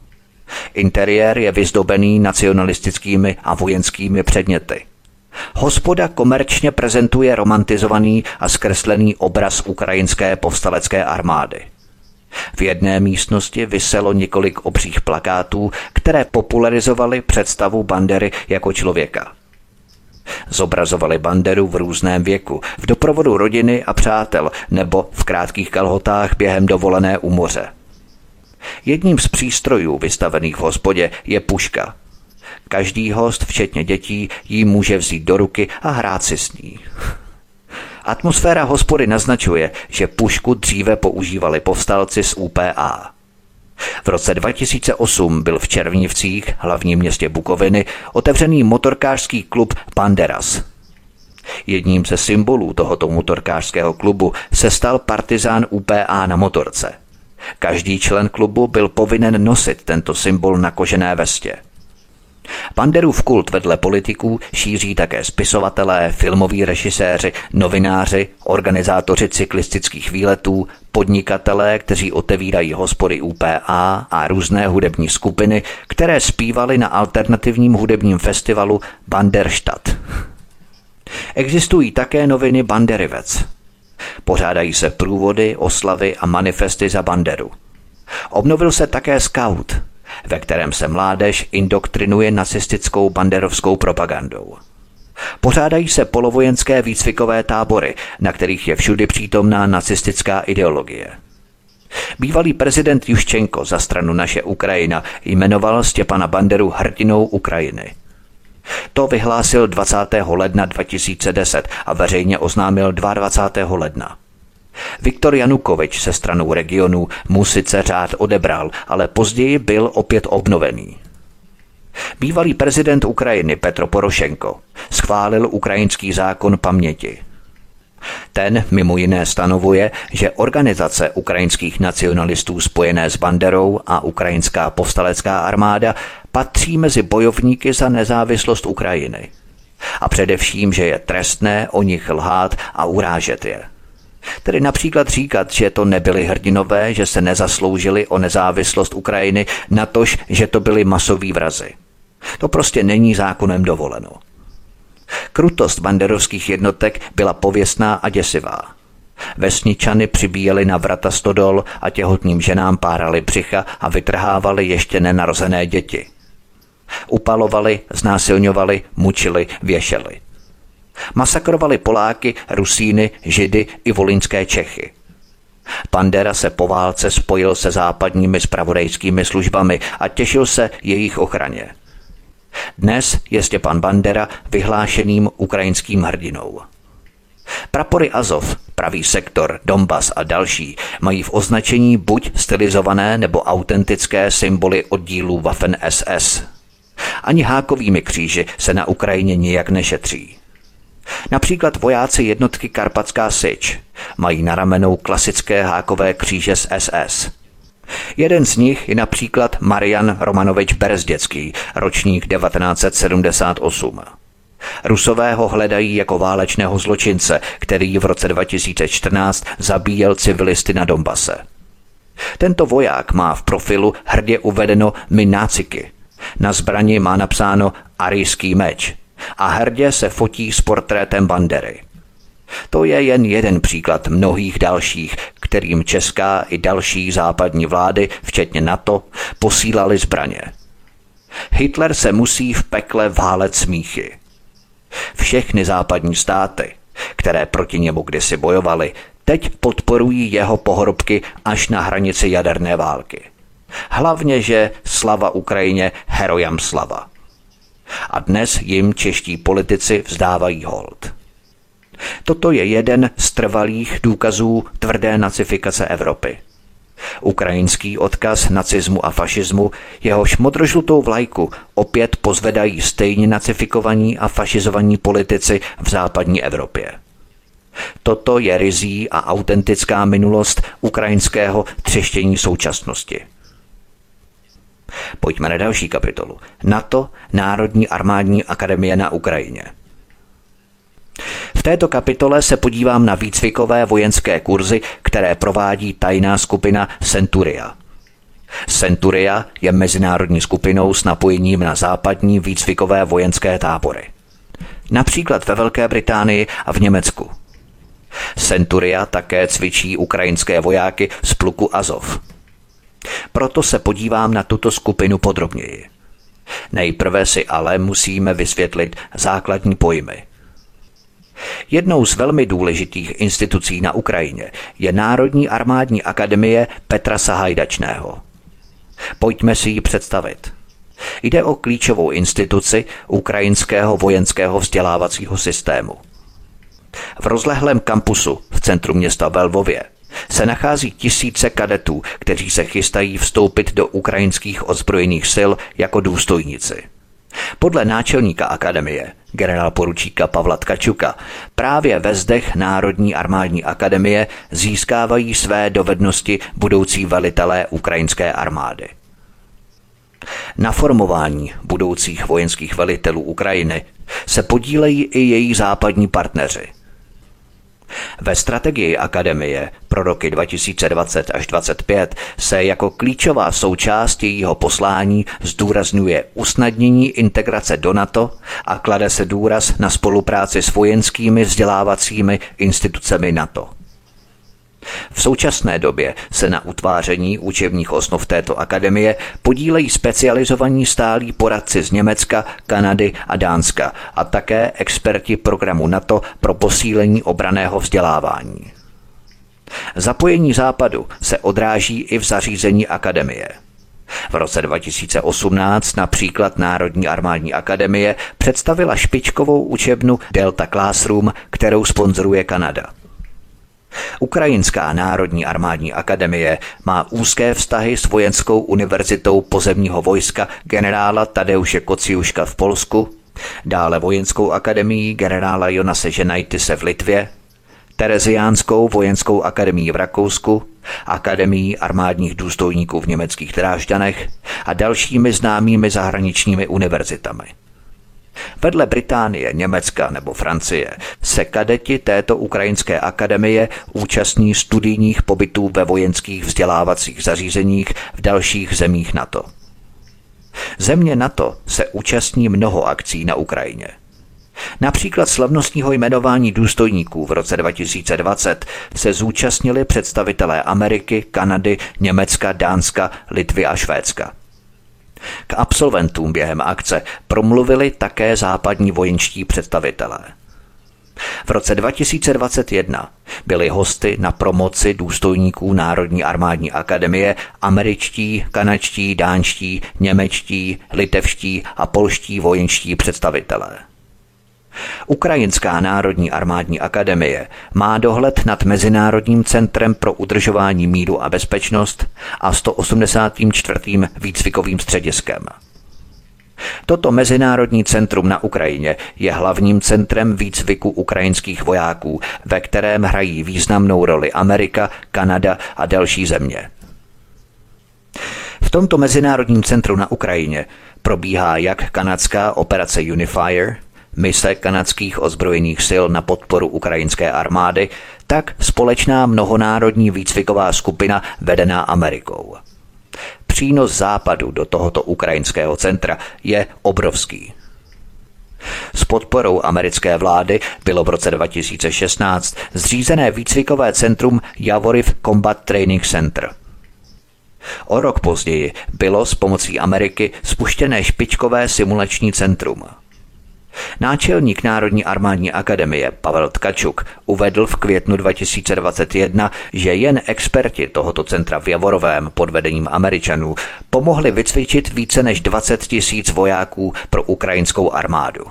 Interiér je vyzdobený nacionalistickými a vojenskými předměty. Hospoda komerčně prezentuje romantizovaný a zkreslený obraz ukrajinské povstalecké armády. V jedné místnosti viselo několik obřích plakátů, které popularizovaly představu Bandery jako člověka. Zobrazovali Banderu v různém věku, v doprovodu rodiny a přátel nebo v krátkých kalhotách během dovolené u moře. Jedním z přístrojů vystavených v hospodě je puška. Každý host, včetně dětí, ji může vzít do ruky a hrát si s ní. Atmosféra hospody naznačuje, že pušku dříve používali povstalci z UPA. V roce 2008 byl v Červnivcích, hlavním městě Bukoviny, otevřený motorkářský klub Banderas. Jedním ze symbolů tohoto motorkářského klubu se stal partyzán UPA na motorce. Každý člen klubu byl povinen nosit tento symbol na kožené vestě. Banderův kult vedle politiků šíří také spisovatelé, filmoví režiséři, novináři, organizátoři cyklistických výletů, podnikatelé, kteří otevírají hospody UPA a různé hudební skupiny, které zpívaly na alternativním hudebním festivalu Banderstadt. Existují také noviny Banderivec. Pořádají se průvody, oslavy a manifesty za Banderu. Obnovil se také Scout, ve kterém se mládež indoktrinuje nacistickou banderovskou propagandou. Pořádají se polovojenské výcvikové tábory, na kterých je všudy přítomná nacistická ideologie. Bývalý prezident Juščenko za stranu Naše Ukrajina jmenoval Stěpana Banderu hrdinou Ukrajiny. To vyhlásil 20. ledna 2010 a veřejně oznámil 22. ledna. Viktor Janukovič se stranou regionů mu sice řád odebral, ale později byl opět obnovený. Bývalý prezident Ukrajiny Petro Porošenko schválil ukrajinský zákon paměti. Ten mimo jiné stanovuje, že organizace ukrajinských nacionalistů spojené s Banderou a ukrajinská povstalecká armáda patří mezi bojovníky za nezávislost Ukrajiny. A především, že je trestné o nich lhát a urážet je. Tedy například říkat, že to nebyli hrdinové, že se nezasloužili o nezávislost Ukrajiny, natož, že to byli masoví vrazi. To prostě není zákonem dovoleno. Krutost banderovských jednotek byla pověstná a děsivá. Vesničany přibíjeli na vrata stodol a těhotným ženám párali břicha a vytrhávali ještě nenarozené děti. Upalovali, znásilňovali, mučili, věšeli. Masakrovali Poláky, Rusíny, Židy i volynské Čechy. Bandera se po válce spojil se západními zpravodajskými službami a těšil se jejich ochraně. Dnes je Stepan Bandera vyhlášeným ukrajinským hrdinou. Prapory Azov, Pravý sektor, Donbas a další mají v označení buď stylizované nebo autentické symboly oddílů Waffen SS. Ani hákovými kříži se na Ukrajině nijak nešetří. Například vojáci jednotky Karpatská Syč mají na ramenou klasické hákové kříže z SS. Jeden z nich je například Marian Romanovič Berezděcký, ročník 1978. Rusové ho hledají jako válečného zločince, který v roce 2014 zabíjel civilisty na Donbase. Tento voják má v profilu hrdě uvedeno My náciky. Na zbrani má napsáno Arijský meč a hrdě se fotí s portrétem Bandery. To je jen jeden příklad mnohých dalších, kterým česká i další západní vlády, včetně NATO, posílali zbraně. Hitler se musí v pekle válet smíchy. Všechny západní státy, které proti němu kdysi bojovaly, teď podporují jeho pohrobky až na hranici jaderné války. Hlavně, že slava Ukrajině, herojam slava. A dnes jim čeští politici vzdávají hold. Toto je jeden z trvalých důkazů tvrdé nacifikace Evropy. Ukrajinský odkaz nacismu a fašismu, jehož modrožlutou vlajku opět pozvedají stejně nacifikovaní a fašizovaní politici v západní Evropě. Toto je ryzí a autentická minulost ukrajinského třeštění současnosti. Pojďme na další kapitolu. NATO, Národní armádní akademie na Ukrajině. V této kapitole se podívám na výcvikové vojenské kurzy, které provádí tajná skupina Centuria. Centuria je mezinárodní skupinou s napojením na západní výcvikové vojenské tábory. Například ve Velké Británii a v Německu. Centuria také cvičí ukrajinské vojáky z pluku Azov. Proto se podívám na tuto skupinu podrobněji. Nejprve si ale musíme vysvětlit základní pojmy. Jednou z velmi důležitých institucí na Ukrajině je Národní armádní akademie Petra Sahajdačného. Pojďme si ji představit. Jde o klíčovou instituci ukrajinského vojenského vzdělávacího systému. V rozlehlém kampusu v centru města ve Lvově se nachází tisíce kadetů, kteří se chystají vstoupit do ukrajinských ozbrojených sil jako důstojníci. Podle náčelníka akademie, generálporučíka Pavla Tkačuka, právě ve zdech Národní armádní akademie získávají své dovednosti budoucí velitelé ukrajinské armády. Na formování budoucích vojenských velitelů Ukrajiny se podílejí i její západní partneři. Ve strategii akademie pro roky 2020 až 2025 se jako klíčová součást jejího poslání zdůrazňuje usnadnění integrace do NATO a klade se důraz na spolupráci s vojenskými vzdělávacími institucemi NATO. V současné době se na utváření učebních osnov této akademie podílejí specializovaní stálí poradci z Německa, Kanady a Dánska a také experti programu NATO pro posílení obranného vzdělávání. Zapojení Západu se odráží i v zařízení akademie. V roce 2018 například Národní armádní akademie představila špičkovou učebnu Delta Classroom, kterou sponzoruje Kanada. Ukrajinská národní armádní akademie má úzké vztahy s vojenskou univerzitou pozemního vojska generála Tadeuše Kociuška v Polsku, dále vojenskou akademií generála Jonase Ženajtise v Litvě, Tereziánskou vojenskou akademií v Rakousku, akademií armádních důstojníků v německých Drážďanech a dalšími známými zahraničními univerzitami. Vedle Británie, Německa nebo Francie se kadeti této ukrajinské akademie účastní studijních pobytů ve vojenských vzdělávacích zařízeních v dalších zemích NATO. Země NATO se účastní mnoho akcí na Ukrajině. Například slavnostního jmenování důstojníků v roce 2020 se zúčastnili představitelé Ameriky, Kanady, Německa, Dánska, Litvy a Švédska. K absolventům během akce promluvili také západní vojenští představitelé. V roce 2021 byli hosty na promoci důstojníků Národní armádní akademie američtí, kanadští, dánští, němečtí, litevští a polští vojenští představitelé. Ukrajinská národní armádní akademie má dohled nad Mezinárodním centrem pro udržování míru a bezpečnost a 184. výcvikovým střediskem. Toto mezinárodní centrum na Ukrajině je hlavním centrem výcviku ukrajinských vojáků, ve kterém hrají významnou roli Amerika, Kanada a další země. V tomto mezinárodním centru na Ukrajině probíhá jak kanadská operace Unifier, mise kanadských ozbrojených sil na podporu ukrajinské armády, tak společná mnohonárodní výcviková skupina vedená Amerikou. Přínos Západu do tohoto ukrajinského centra je obrovský. S podporou americké vlády bylo v roce 2016 zřízené výcvikové centrum Javoriv Combat Training Center. O rok později bylo s pomocí Ameriky spuštěné špičkové simulační centrum. Náčelník Národní armádní akademie Pavel Tkačuk uvedl v květnu 2021, že jen experti tohoto centra v Javorovém pod vedením Američanů pomohli vycvičit více než 20 000 vojáků pro ukrajinskou armádu.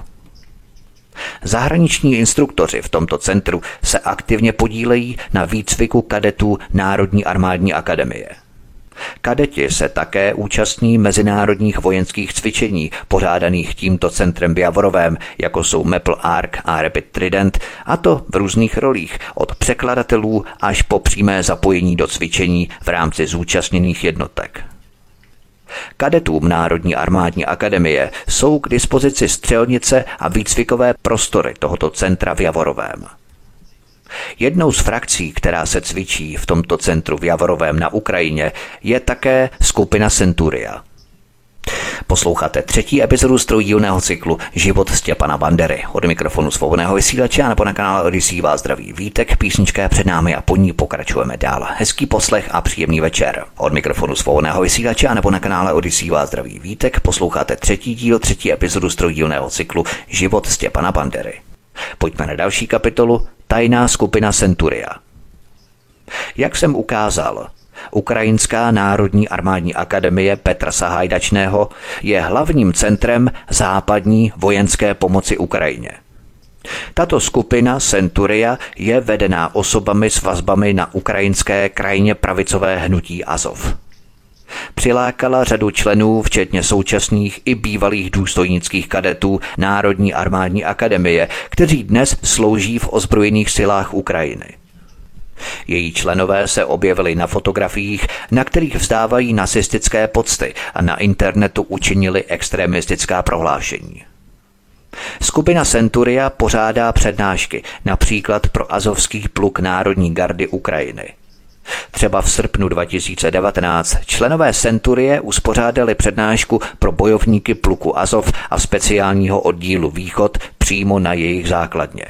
Zahraniční instruktoři v tomto centru se aktivně podílejí na výcviku kadetů Národní armádní akademie. Kadeti se také účastní mezinárodních vojenských cvičení pořádaných tímto centrem v Javorovém, jako jsou Maple Ark a Rapid Trident, a to v různých rolích, od překladatelů až po přímé zapojení do cvičení v rámci zúčastněných jednotek. Kadetům Národní armádní akademie jsou k dispozici střelnice a výcvikové prostory tohoto centra v Javorovém. Jednou z frakcí, která se cvičí v tomto centru v Javorovém na Ukrajině, je také skupina Centuria. Posloucháte 3. epizodu z trojdílného cyklu Život Stěpana Bandery. Od mikrofonu Svobodného vysílače a nebo na kanále Odyssey vás zdraví Vítek, písnička je před námi a po ní pokračujeme dál. Hezký poslech a příjemný večer. Od mikrofonu Svobodného vysílače a nebo na kanále Odyssey vás zdraví Vítek, posloucháte 3. epizodu z trojdílného cyklu Život Stěpana Bandery. Pojďme na další kapitolu Tajná skupina Centuria. Jak jsem ukázal, Ukrajinská národní armádní akademie Petra Sahajdačného je hlavním centrem západní vojenské pomoci Ukrajině. Tato skupina Centuria je vedená osobami s vazbami na ukrajinské krajně pravicové hnutí Azov. Přilákala řadu členů, včetně současných i bývalých důstojnických kadetů Národní armádní akademie, kteří dnes slouží v ozbrojených silách Ukrajiny. Její členové se objevili na fotografiích, na kterých vzdávají nacistické pocty a na internetu učinili extremistická prohlášení. Skupina Centuria pořádá přednášky, například pro azovský pluk Národní gardy Ukrajiny. Třeba v srpnu 2019 členové Centurie uspořádali přednášku pro bojovníky pluku Azov a speciálního oddílu Východ přímo na jejich základně.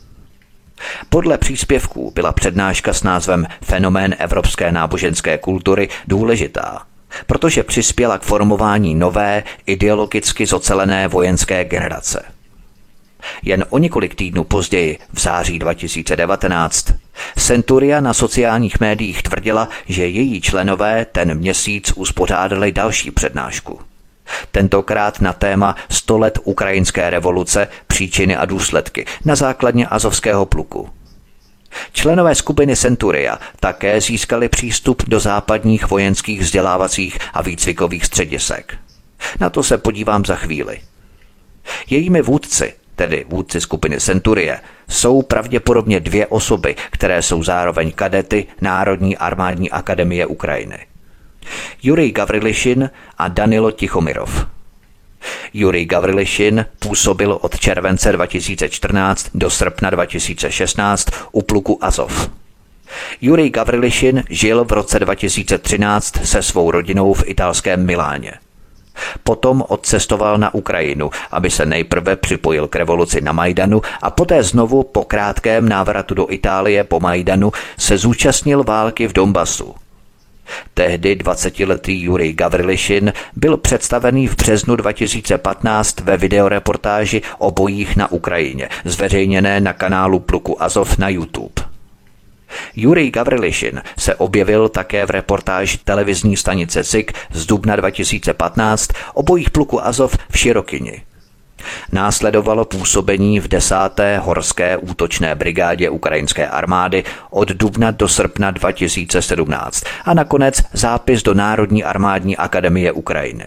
Podle příspěvků byla přednáška s názvem Fenomén evropské náboženské kultury důležitá, protože přispěla k formování nové, ideologicky zocelené vojenské generace. Jen o několik týdnů později, v září 2019, Centuria na sociálních médiích tvrdila, že její členové ten měsíc uspořádali další přednášku. Tentokrát na téma 100 let ukrajinské revoluce, příčiny a důsledky na základně azovského pluku. Členové skupiny Centuria také získali přístup do západních vojenských vzdělávacích a výcvikových středisek. Na to se podívám za chvíli. Jejími vůdci, tedy vůdci skupiny Centurie, jsou pravděpodobně 2 osoby, které jsou zároveň kadety Národní armádní akademie Ukrajiny. Jurij Gavrylišin a Danilo Tichomyrov. Jurij Gavrylišin působil od července 2014 do srpna 2016 u pluku Azov. Jurij Gavrylišin žil v roce 2013 se svou rodinou v italském Miláně. Potom odcestoval na Ukrajinu, aby se nejprve připojil k revoluci na Majdanu a poté znovu po krátkém návratu do Itálie po Majdanu se zúčastnil války v Donbasu. Tehdy 20letý Jurij Gavrylišin byl představený v březnu 2015 ve videoreportáži o bojích na Ukrajině, zveřejněné na kanálu pluku Azov na YouTube. Jurij Gavrylišin se objevil také v reportáži televizní stanice ZIK z dubna 2015 o bojích pluku Azov v Širokyni. Následovalo působení v 10. horské útočné brigádě ukrajinské armády od dubna do srpna 2017 a nakonec zápis do Národní armádní akademie Ukrajiny.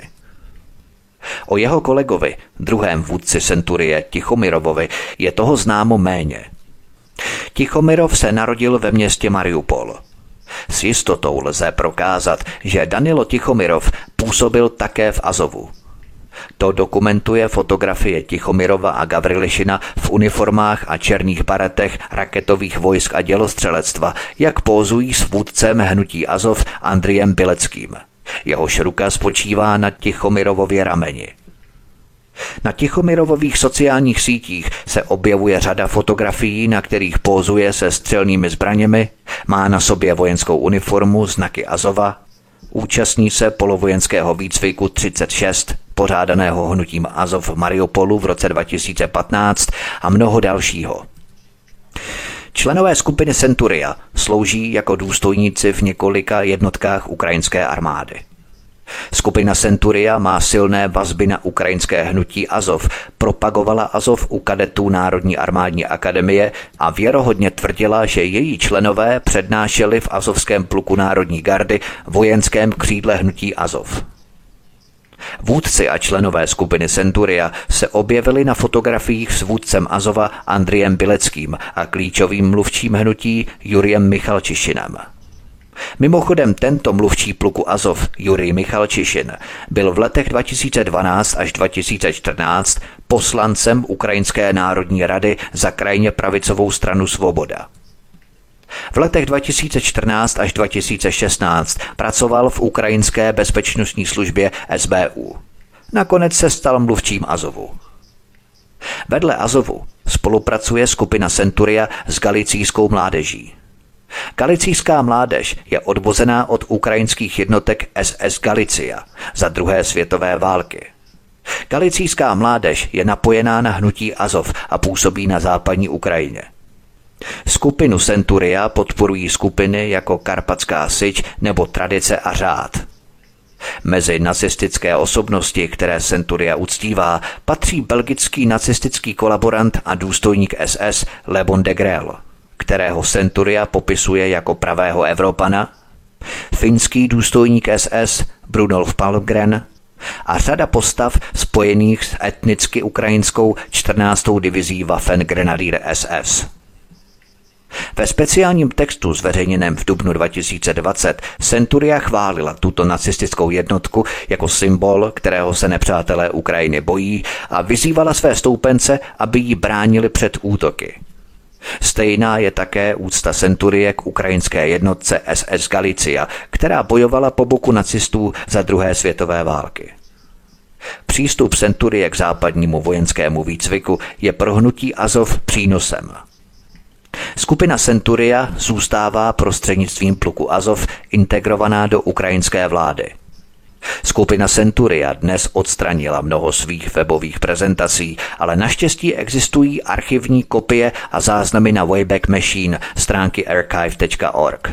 O jeho kolegovi, druhém vůdci Centurie Tichomyrovovi, je toho známo méně. Tichomyrov se narodil ve městě Mariupol. S jistotou lze prokázat, že Danilo Tichomyrov působil také v Azovu. To dokumentuje fotografie Tichomyrova a Gavrylišina v uniformách a černých baretech raketových vojsk a dělostřelectva, jak pózují s vůdcem hnutí Azov Andrijem Bileckým. Jehož ruka spočívá na Tichomyrovově rameni. Na Tichomyrovových sociálních sítích se objevuje řada fotografií, na kterých pózuje se střelnými zbraněmi, má na sobě vojenskou uniformu, znaky Azova, účastní se polovojenského výcviku 36, pořádaného hnutím Azov v Mariupolu v roce 2015 a mnoho dalšího. Členové skupiny Centuria slouží jako důstojníci v několika jednotkách ukrajinské armády. Skupina Centuria má silné vazby na ukrajinské hnutí Azov, propagovala Azov u kadetů Národní armádní akademie a věrohodně tvrdila, že její členové přednášeli v azovském pluku Národní gardy vojenském křídle hnutí Azov. Vůdci a členové skupiny Centuria se objevili na fotografiích s vůdcem Azova Andrijem Bileckým a klíčovým mluvčím hnutí Jurijem Michalčišinem. Mimochodem tento mluvčí pluku Azov Jurij Michalčišin byl v letech 2012 až 2014 poslancem Ukrajinské národní rady za krajně pravicovou stranu Svoboda. V letech 2014 až 2016 pracoval v ukrajinské bezpečnostní službě SBU. Nakonec se stal mluvčím Azovu. Vedle Azovu spolupracuje skupina Centuria s galicijskou mládeží. Galicijská mládež je odvozená od ukrajinských jednotek SS Galicia za druhé světové války. Galicijská mládež je napojená na hnutí Azov a působí na západní Ukrajině. Skupinu Centuria podporují skupiny jako Karpatská Syč nebo Tradice a řád. Mezi nacistické osobnosti, které Centuria uctívá, patří belgický nacistický kolaborant a důstojník SS Lebon de Grell, kterého Centuria popisuje jako pravého Evropana, finský důstojník SS Brunolf Palmgren a řada postav spojených s etnicky ukrajinskou 14. divizí Waffen Grenadier SS. Ve speciálním textu zveřejněném v dubnu 2020 Centuria chválila tuto nacistickou jednotku jako symbol, kterého se nepřátelé Ukrajiny bojí, a vyzývala své stoupence, aby ji bránili před útoky. Stejná je také úcta Centurie k ukrajinské jednotce SS Galicia, která bojovala po boku nacistů za druhé světové války. Přístup Centurie k západnímu vojenskému výcviku je pro hnutí Azov přínosem. Skupina Centuria zůstává prostřednictvím pluku Azov integrovaná do ukrajinské vlády. Skupina Centuria dnes odstranila mnoho svých webových prezentací, ale naštěstí existují archivní kopie a záznamy na Wayback Machine stránky archive.org.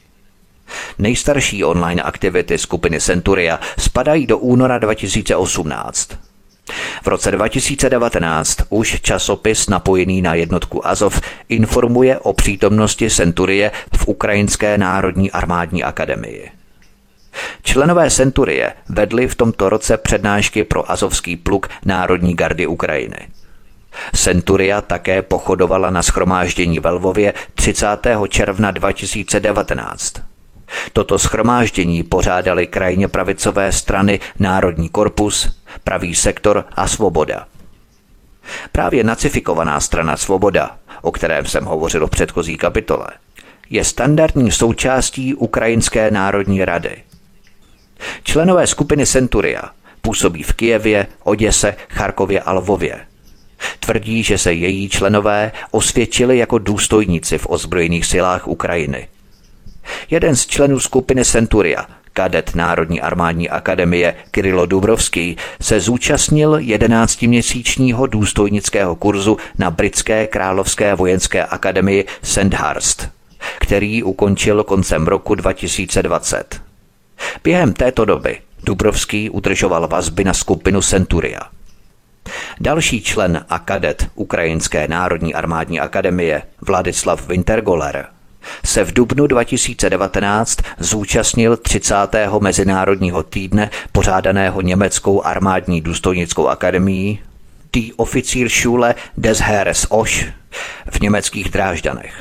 Nejstarší online aktivity skupiny Centuria spadají do února 2018. V roce 2019 už časopis napojený na jednotku Azov informuje o přítomnosti Centurie v Ukrajinské národní armádní akademii. Členové Centurie vedli v tomto roce přednášky pro azovský pluk Národní gardy Ukrajiny. Centuria také pochodovala na shromáždění ve Lvově 30. června 2019. Toto shromáždění pořádali krajně pravicové strany Národní korpus, Pravý sektor a Svoboda. Právě nacifikovaná strana Svoboda, o kterém jsem hovořil v předchozí kapitole, je standardní součástí Ukrajinské národní rady. Členové skupiny Centuria působí v Kyjevě, Oděse, Charkově a Lvově. Tvrdí, že se její členové osvědčili jako důstojníci v ozbrojených silách Ukrajiny. Jeden z členů skupiny Centuria, kadet Národní armádní akademie Kirilo Dubrovský, se zúčastnil 11měsíčního důstojnického kurzu na britské královské vojenské akademii Sandhurst, který ukončil koncem roku 2020. Během této doby Dubrovský udržoval vazby na skupinu Centuria. Další člen a kadet Ukrajinské národní armádní akademie Vladislav Wintergoller se v dubnu 2019 zúčastnil 30. mezinárodního týdne pořádaného německou armádní důstojnickou akademií Die Offizierschule des Heeres Osch v německých Drážďanech.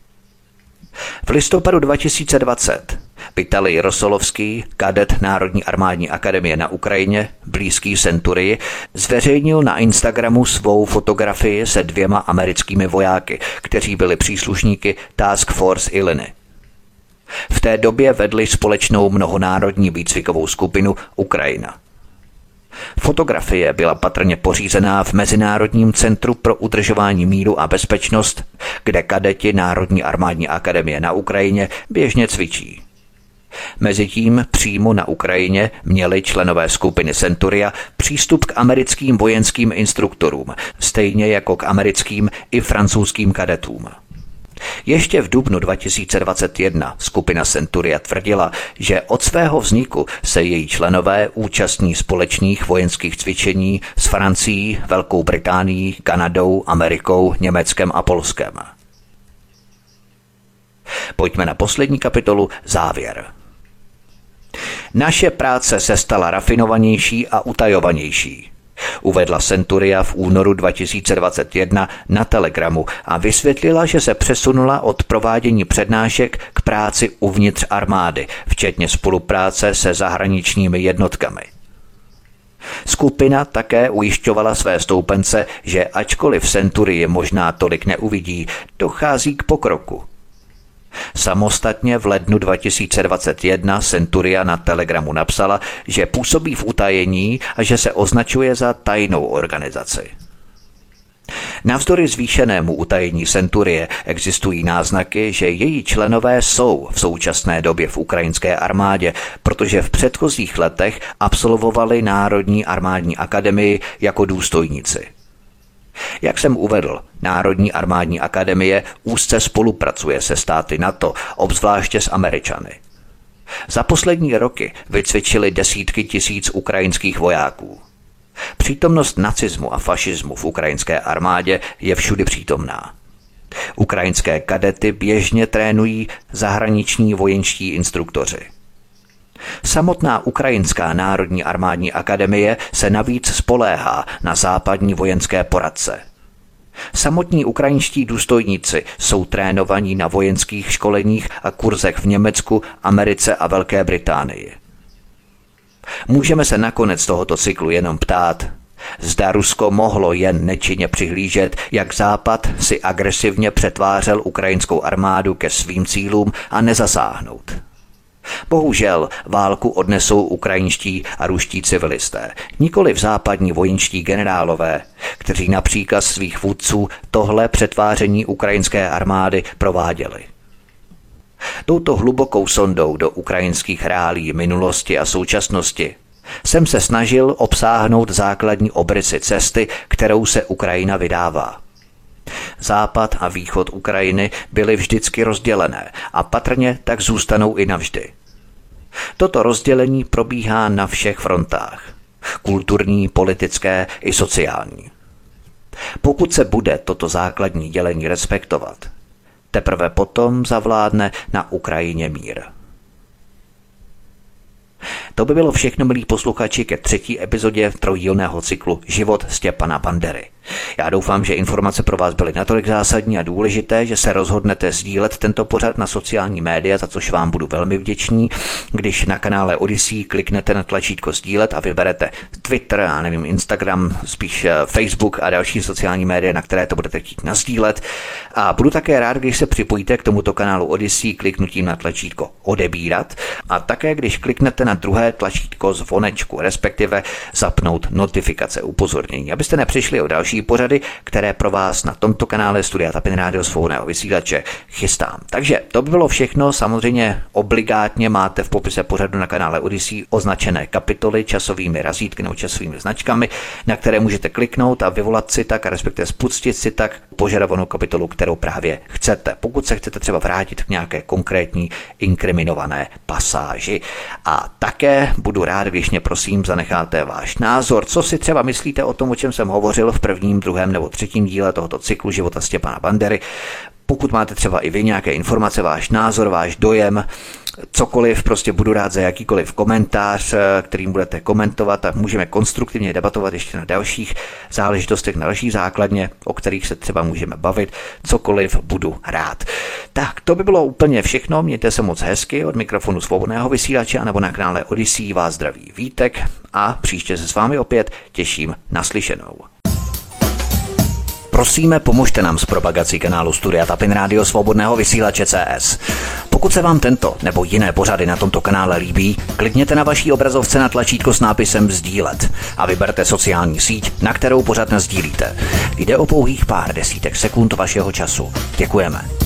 V listopadu 2020 Vitalij Rosolovský, kadet Národní armádní akademie na Ukrajině, blízký Centurii, zveřejnil na Instagramu svou fotografii se 2 americkými vojáky, kteří byli příslušníky Task Force Illini. V té době vedli společnou mnohonárodní výcvikovou skupinu Ukrajina. Fotografie byla patrně pořízená v Mezinárodním centru pro udržování míru a bezpečnost, kde kadeti Národní armádní akademie na Ukrajině běžně cvičí. Mezitím přímo na Ukrajině měli členové skupiny Centuria přístup k americkým vojenským instruktorům, stejně jako k americkým i francouzským kadetům. Ještě v dubnu 2021 skupina Centuria tvrdila, že od svého vzniku se její členové účastní společných vojenských cvičení s Francií, Velkou Británií, Kanadou, Amerikou, Německem a Polskem. Pojďme na poslední kapitolu, závěr. Naše práce se stala rafinovanější a utajovanější, uvedla Centuria v únoru 2021 na Telegramu a vysvětlila, že se přesunula od provádění přednášek k práci uvnitř armády, včetně spolupráce se zahraničními jednotkami. Skupina také ujišťovala své stoupence, že ačkoliv Centurii možná tolik neuvidí, dochází k pokroku. Samostatně v lednu 2021 Centuria na Telegramu napsala, že působí v utajení a že se označuje za tajnou organizaci. Navzdory zvýšenému utajení Centurie existují náznaky, že její členové jsou v současné době v ukrajinské armádě, protože v předchozích letech absolvovali Národní armádní akademii jako důstojníci. Jak jsem uvedl, Národní armádní akademie úzce spolupracuje se státy NATO, obzvláště s Američany. Za poslední roky vycvičili desítky tisíc ukrajinských vojáků. Přítomnost nacismu a fašismu v ukrajinské armádě je všudy přítomná. Ukrajinské kadety běžně trénují zahraniční vojenští instruktoři. Samotná Ukrajinská národní armádní akademie se navíc spoléhá na západní vojenské poradce. Samotní ukrajinští důstojníci jsou trénovaní na vojenských školeních a kurzech v Německu, Americe a Velké Británii. Můžeme se nakonec tohoto cyklu jenom ptát, zda Rusko mohlo jen nečinně přihlížet, jak Západ si agresivně přetvářel ukrajinskou armádu ke svým cílům a nezasáhnout. Bohužel válku odnesou ukrajinští a ruští civilisté, nikoli v západní vojenští generálové, kteří na příkaz svých vůdců tohle přetváření ukrajinské armády prováděli. Touto hlubokou sondou do ukrajinských reálí minulosti a současnosti jsem se snažil obsáhnout základní obrysy cesty, kterou se Ukrajina vydává. Západ a východ Ukrajiny byly vždycky rozdělené a patrně tak zůstanou i navždy. Toto rozdělení probíhá na všech frontách. Kulturní, politické i sociální. Pokud se bude toto základní dělení respektovat, teprve potom zavládne na Ukrajině mír. To by bylo všechno, milí posluchači, ke 3. epizodě trojdílného cyklu Život Stěpana Bandery. Já doufám, že informace pro vás byly natolik zásadní a důležité, že se rozhodnete sdílet tento pořad na sociální média, za což vám budu velmi vděčný. Když na kanále Odyssey kliknete na tlačítko sdílet a vyberete Twitter, a nevím, Instagram, spíš Facebook a další sociální média, na které to budete chtít nasdílet. A budu také rád, když se připojíte k tomuto kanálu Odyssey kliknutím na tlačítko odebírat a také, když kliknete na druhé tlačítko zvonečku, respektive zapnout notifikace, upozornění, abyste nepřišli o další pořady, které pro vás na tomto kanále Studia Tapin Rádio Svobodného vysílače chystám. Takže to by bylo všechno, samozřejmě obligátně máte v popise pořadu na kanále Odyssey označené kapitoly časovými razítky nebo časovými značkami, na které můžete kliknout a vyvolat si tak, a respektive spustit si tak požadovanou kapitolu, kterou právě chcete. Pokud se chcete třeba vrátit k nějaké konkrétní inkriminované pasáži. A také budu rád, když mě prosím zanecháte váš názor, co si třeba myslíte o tom, o čem jsem hovořil v prvním, druhém nebo třetím díle tohoto cyklu Života Stěpana Bandery. Pokud máte třeba i vy nějaké informace, váš názor, váš dojem, cokoliv, prostě budu rád za jakýkoliv komentář, kterým budete komentovat a můžeme konstruktivně debatovat ještě na dalších záležitostech, na další základně, o kterých se třeba můžeme bavit, cokoliv budu rád. Tak, to by bylo úplně všechno, mějte se moc hezky, od mikrofonu Svobodného vysílače a nebo na kanále Odyssey vás zdraví Vítek a příště se s vámi opět těším na slyšenou. Prosíme, pomožte nám s propagací kanálu Studia Tapin Rádio Svobodného vysílače CS. Pokud se vám tento nebo jiné pořady na tomto kanále líbí, klikněte na vaší obrazovce na tlačítko s nápisem sdílet a vyberte sociální síť, na kterou pořad nasdílíte. Jde o pouhých pár desítek sekund vašeho času. Děkujeme.